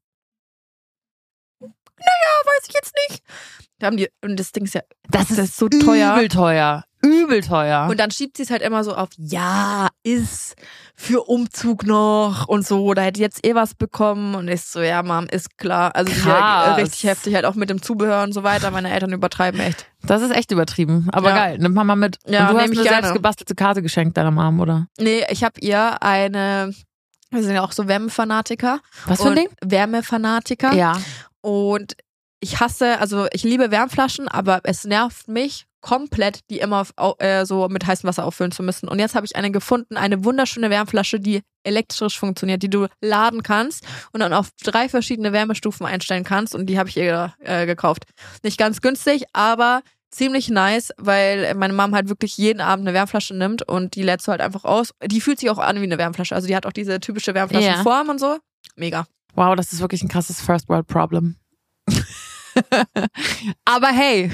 Naja, weiß ich jetzt nicht. Da haben die, und das Ding ist ja, das, das ist so teuer. Übel teuer. Übel teuer. Und dann schiebt sie es halt immer so auf, ja, ist für Umzug noch und so, da hätte ich jetzt eh was bekommen. Und ich so, ja, Mom, ist klar. Also die ja richtig heftig halt auch mit dem Zubehör und so weiter. Meine Eltern übertreiben echt. Das ist echt übertrieben, aber ja. geil. Nimmt Mama mit. Ja, und du hast ich eine gerne. selbst gebastelte Karte geschenkt deiner Mom, oder? Nee, ich habe ihr eine, wir sind ja auch so Wärmefanatiker. Was für ein Ding? Wärmefanatiker. Ja. Und ich hasse, also ich liebe Wärmflaschen, aber es nervt mich komplett, die immer äh, so mit heißem Wasser auffüllen zu müssen. Und jetzt habe ich eine gefunden, eine wunderschöne Wärmflasche, die elektrisch funktioniert, die du laden kannst und dann auf drei verschiedene Wärmestufen einstellen kannst. Und die habe ich ihr äh, gekauft. Nicht ganz günstig, aber ziemlich nice, weil meine Mom halt wirklich jeden Abend eine Wärmflasche nimmt und die lädst du halt einfach aus. Die fühlt sich auch an wie eine Wärmflasche. Also die hat auch diese typische Wärmflaschenform ja. und so. Mega. Wow, das ist wirklich ein krasses First World Problem. Aber hey,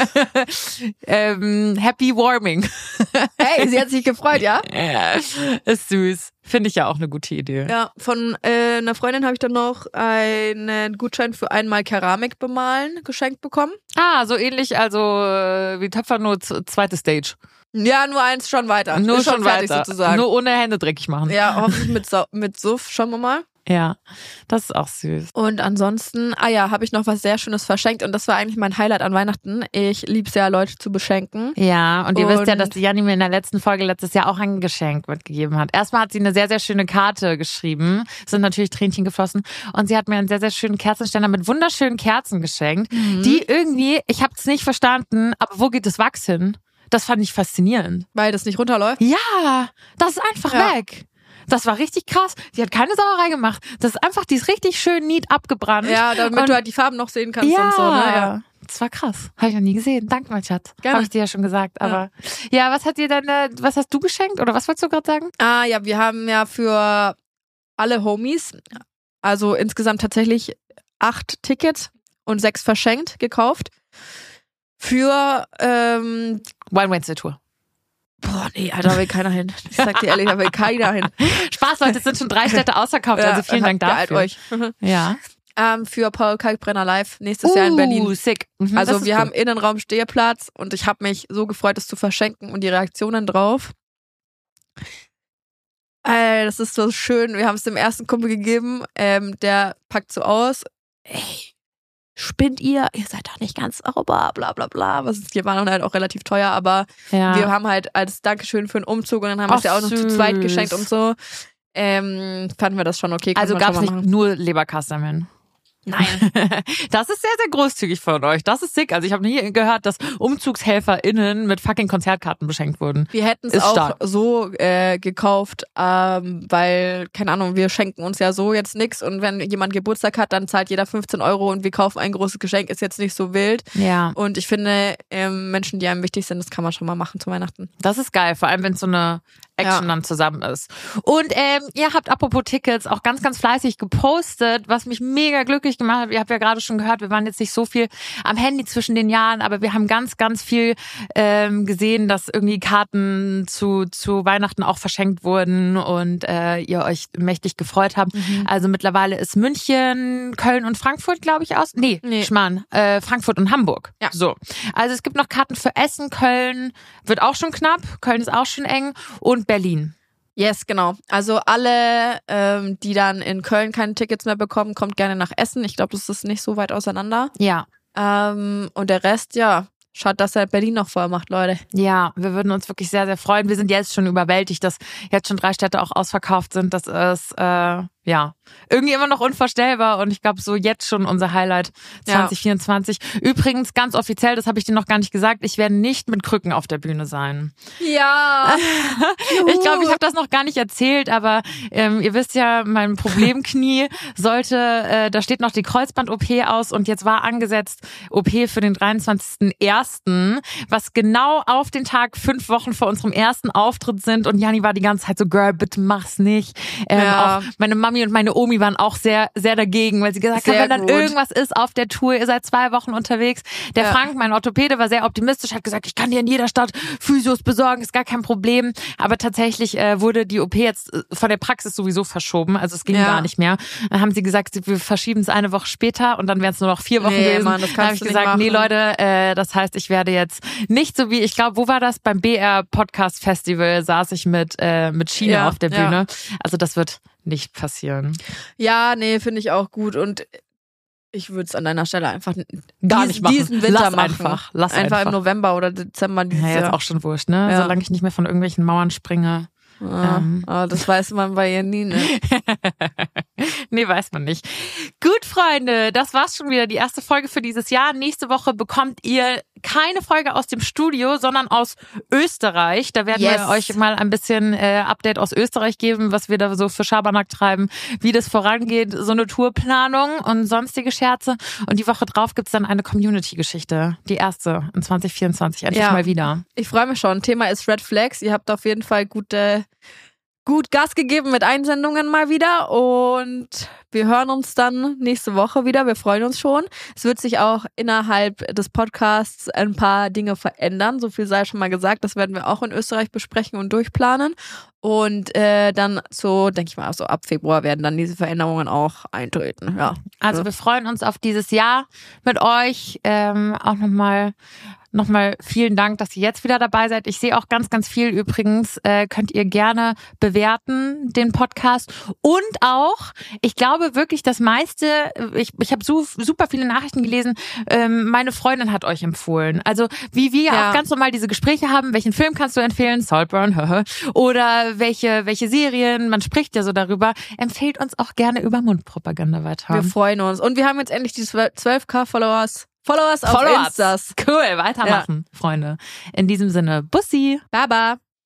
ähm, happy warming. Hey, sie hat sich gefreut, ja? Ja, ist süß. Finde ich ja auch eine gute Idee. Ja, von äh, einer Freundin habe ich dann noch einen Gutschein für einmal Keramik bemalen geschenkt bekommen. Ah, so ähnlich, also äh, wie Töpfer, nur z- zweite Stage. Ja, nur eins schon weiter. Nur Ist schon, schon fertig weiter. sozusagen. Nur ohne Hände dreckig machen. Ja, hoffentlich mit, Sau- mit Suff, schauen wir mal. Ja, das ist auch süß. Und ansonsten, ah ja, habe ich noch was sehr Schönes verschenkt und das war eigentlich mein Highlight an Weihnachten. Ich lieb's ja, Leute zu beschenken. Ja, und ihr und wisst ja, dass die Janni mir in der letzten Folge letztes Jahr auch ein Geschenk mitgegeben hat. Erstmal hat sie eine sehr, sehr schöne Karte geschrieben. Es sind natürlich Tränchen geflossen. Und sie hat mir einen sehr, sehr schönen Kerzenständer mit wunderschönen Kerzen geschenkt, mhm. die irgendwie, ich habe es nicht verstanden, aber wo geht das Wachs hin? Das fand ich faszinierend. Weil das nicht runterläuft? Ja, das ist einfach ja. weg. Das war richtig krass. Die hat keine Sauerei gemacht. Das ist einfach, die ist richtig schön neat abgebrannt. Ja, damit und, du halt die Farben noch sehen kannst ja, und so. Ne? Ja, das war krass. Habe ich noch nie gesehen. Danke, mein Schatz. Gerne. Habe ich dir ja schon gesagt. Aber ja. ja, was hat dir deine, was hast du geschenkt? Oder was wolltest du gerade sagen? Ah ja, wir haben ja für alle Homies, also insgesamt tatsächlich acht Tickets und sechs verschenkt gekauft. Für ähm, Wine Wednesday Tour. Boah, nee, da will keiner hin. Ich sag dir ehrlich, da will keiner hin. Spaß, Leute, es sind schon drei Städte ausverkauft, ja, also vielen Dank dafür. euch. Ja. Ähm, für Paul Kalkbrenner live nächstes uh, Jahr in Berlin. Sick. Mhm, also wir cool. haben Innenraum Stehplatz und ich habe mich so gefreut, das zu verschenken und die Reaktionen drauf. Ey, das ist so schön. Wir haben es dem ersten Kumpel gegeben, ähm, der packt so aus. Ey, spinnt ihr? Ihr seid doch nicht ganz sauber, bla bla bla. Was ist, die waren halt auch relativ teuer, aber ja. wir haben halt als Dankeschön für den Umzug und dann haben wir es ja auch noch zu zweit geschenkt und so. Ähm, fanden wir das schon okay. Also gab es nicht machen. nur Leberkassemmel? Nein. Das ist sehr, sehr großzügig von euch. Das ist sick. Also ich habe nie gehört, dass UmzugshelferInnen mit fucking Konzertkarten beschenkt wurden. Wir hätten es auch stark. so äh, gekauft, ähm, weil, keine Ahnung, wir schenken uns ja so jetzt nichts und wenn jemand Geburtstag hat, dann zahlt jeder fünfzehn Euro und wir kaufen ein großes Geschenk, ist jetzt nicht so wild. Ja. Und ich finde, ähm, Menschen, die einem wichtig sind, das kann man schon mal machen zu Weihnachten. Das ist geil, vor allem wenn es so eine Action ja. dann zusammen ist. Und ähm, ihr habt apropos Tickets auch ganz, ganz fleißig gepostet, was mich mega glücklich gemacht hat. Ihr habt ja gerade schon gehört, wir waren jetzt nicht so viel am Handy zwischen den Jahren, aber wir haben ganz, ganz viel ähm, gesehen, dass irgendwie Karten zu zu Weihnachten auch verschenkt wurden und äh, ihr euch mächtig gefreut habt. Mhm. Also mittlerweile ist München, Köln und Frankfurt, glaube ich, aus. Nee, nee. Schmarrn, äh, Frankfurt und Hamburg. Ja. So. Also es gibt noch Karten für Essen, Köln wird auch schon knapp, Köln ist auch schon eng und Berlin. Yes, genau. Also alle, ähm, die dann in Köln keine Tickets mehr bekommen, kommt gerne nach Essen. Ich glaube, das ist nicht so weit auseinander. Ja. Ähm, und der Rest, ja, schaut, dass er Berlin noch voll macht, Leute. Ja, wir würden uns wirklich sehr, sehr freuen. Wir sind jetzt schon überwältigt, dass jetzt schon drei Städte auch ausverkauft sind. Das ist, äh, ja, irgendwie immer noch unvorstellbar und ich glaube, so jetzt schon unser Highlight zwanzig vierundzwanzig. Ja. Übrigens, ganz offiziell, das habe ich dir noch gar nicht gesagt, ich werde nicht mit Krücken auf der Bühne sein. Ja. Ich glaube, ich habe das noch gar nicht erzählt, aber ähm, ihr wisst ja, mein Problemknie sollte, äh, da steht noch die Kreuzband-O P aus und jetzt war angesetzt O P für den dreiundzwanzigsten ersten, was genau auf den Tag fünf Wochen vor unserem ersten Auftritt sind und Janni war die ganze Zeit so, Girl, bitte mach's nicht. Ähm, ja. Auch meine Mami und meine Omi waren auch sehr, sehr dagegen, weil sie gesagt sehr haben, wenn dann gut. irgendwas ist auf der Tour, ihr seid zwei Wochen unterwegs. Der ja. Frank, mein Orthopäde, war sehr optimistisch, hat gesagt, ich kann dir in jeder Stadt Physios besorgen, ist gar kein Problem. Aber tatsächlich äh, wurde die O P jetzt von der Praxis sowieso verschoben, also es ging ja. gar nicht mehr. Dann haben sie gesagt, wir verschieben es eine Woche später und dann wären es nur noch vier Wochen nee, gewesen. Mann, das dann habe ich gesagt, machen. nee Leute, äh, das heißt, ich werde jetzt nicht so wie, ich glaube, wo war das? Beim B R Podcast Festival saß ich mit, äh, mit Schiene ja, auf der Bühne. Ja. Also das wird nicht passieren. Ja, nee, finde ich auch gut und ich würde es an deiner Stelle einfach gar nicht machen. Diesen Winter Lass machen. Einfach. Lass einfach. einfach im November oder Dezember dieses ja, jetzt Jahr. auch schon wurscht, ne? Ja. Solange ich nicht mehr von irgendwelchen Mauern springe. Ah, ähm. aber das weiß man bei ihr nie, ne? Nee, weiß man nicht. Gut, Freunde, das war's schon wieder, die erste Folge für dieses Jahr. Nächste Woche bekommt ihr keine Folge aus dem Studio, sondern aus Österreich. Da werden yes. wir euch mal ein bisschen äh, Update aus Österreich geben, was wir da so für Schabernack treiben, wie das vorangeht, so eine Tourplanung und sonstige Scherze. Und die Woche drauf gibt's dann eine Community-Geschichte, die erste in zwanzig vierundzwanzig, endlich ja. mal wieder. Ich freue mich schon. Thema ist Red Flags. Ihr habt auf jeden Fall gute... gut Gas gegeben mit Einsendungen mal wieder und wir hören uns dann nächste Woche wieder. Wir freuen uns schon. Es wird sich auch innerhalb des Podcasts ein paar Dinge verändern. So viel sei schon mal gesagt. Das werden wir auch in Österreich besprechen und durchplanen. Und äh, dann so, denke ich mal, so ab Februar werden dann diese Veränderungen auch eintreten. Ja. Also wir freuen uns auf dieses Jahr mit euch. Ähm, auch nochmal Nochmal vielen Dank, dass ihr jetzt wieder dabei seid. Ich sehe auch ganz, ganz viel übrigens. Äh, könnt ihr gerne bewerten, den Podcast. Und auch, ich glaube wirklich, das meiste, ich, ich habe su- super viele Nachrichten gelesen, ähm, meine Freundin hat euch empfohlen. Also wie wir ja. auch ganz normal diese Gespräche haben, welchen Film kannst du empfehlen? Saltburn, oder welche, welche Serien, man spricht ja so darüber. Empfehlt uns auch gerne über Mundpropaganda weiter. Wir freuen uns. Und wir haben jetzt endlich die zwölf K Followers. Followers auf Followers. Instas. Cool, weitermachen, ja. Freunde. In diesem Sinne, Bussi. Baba.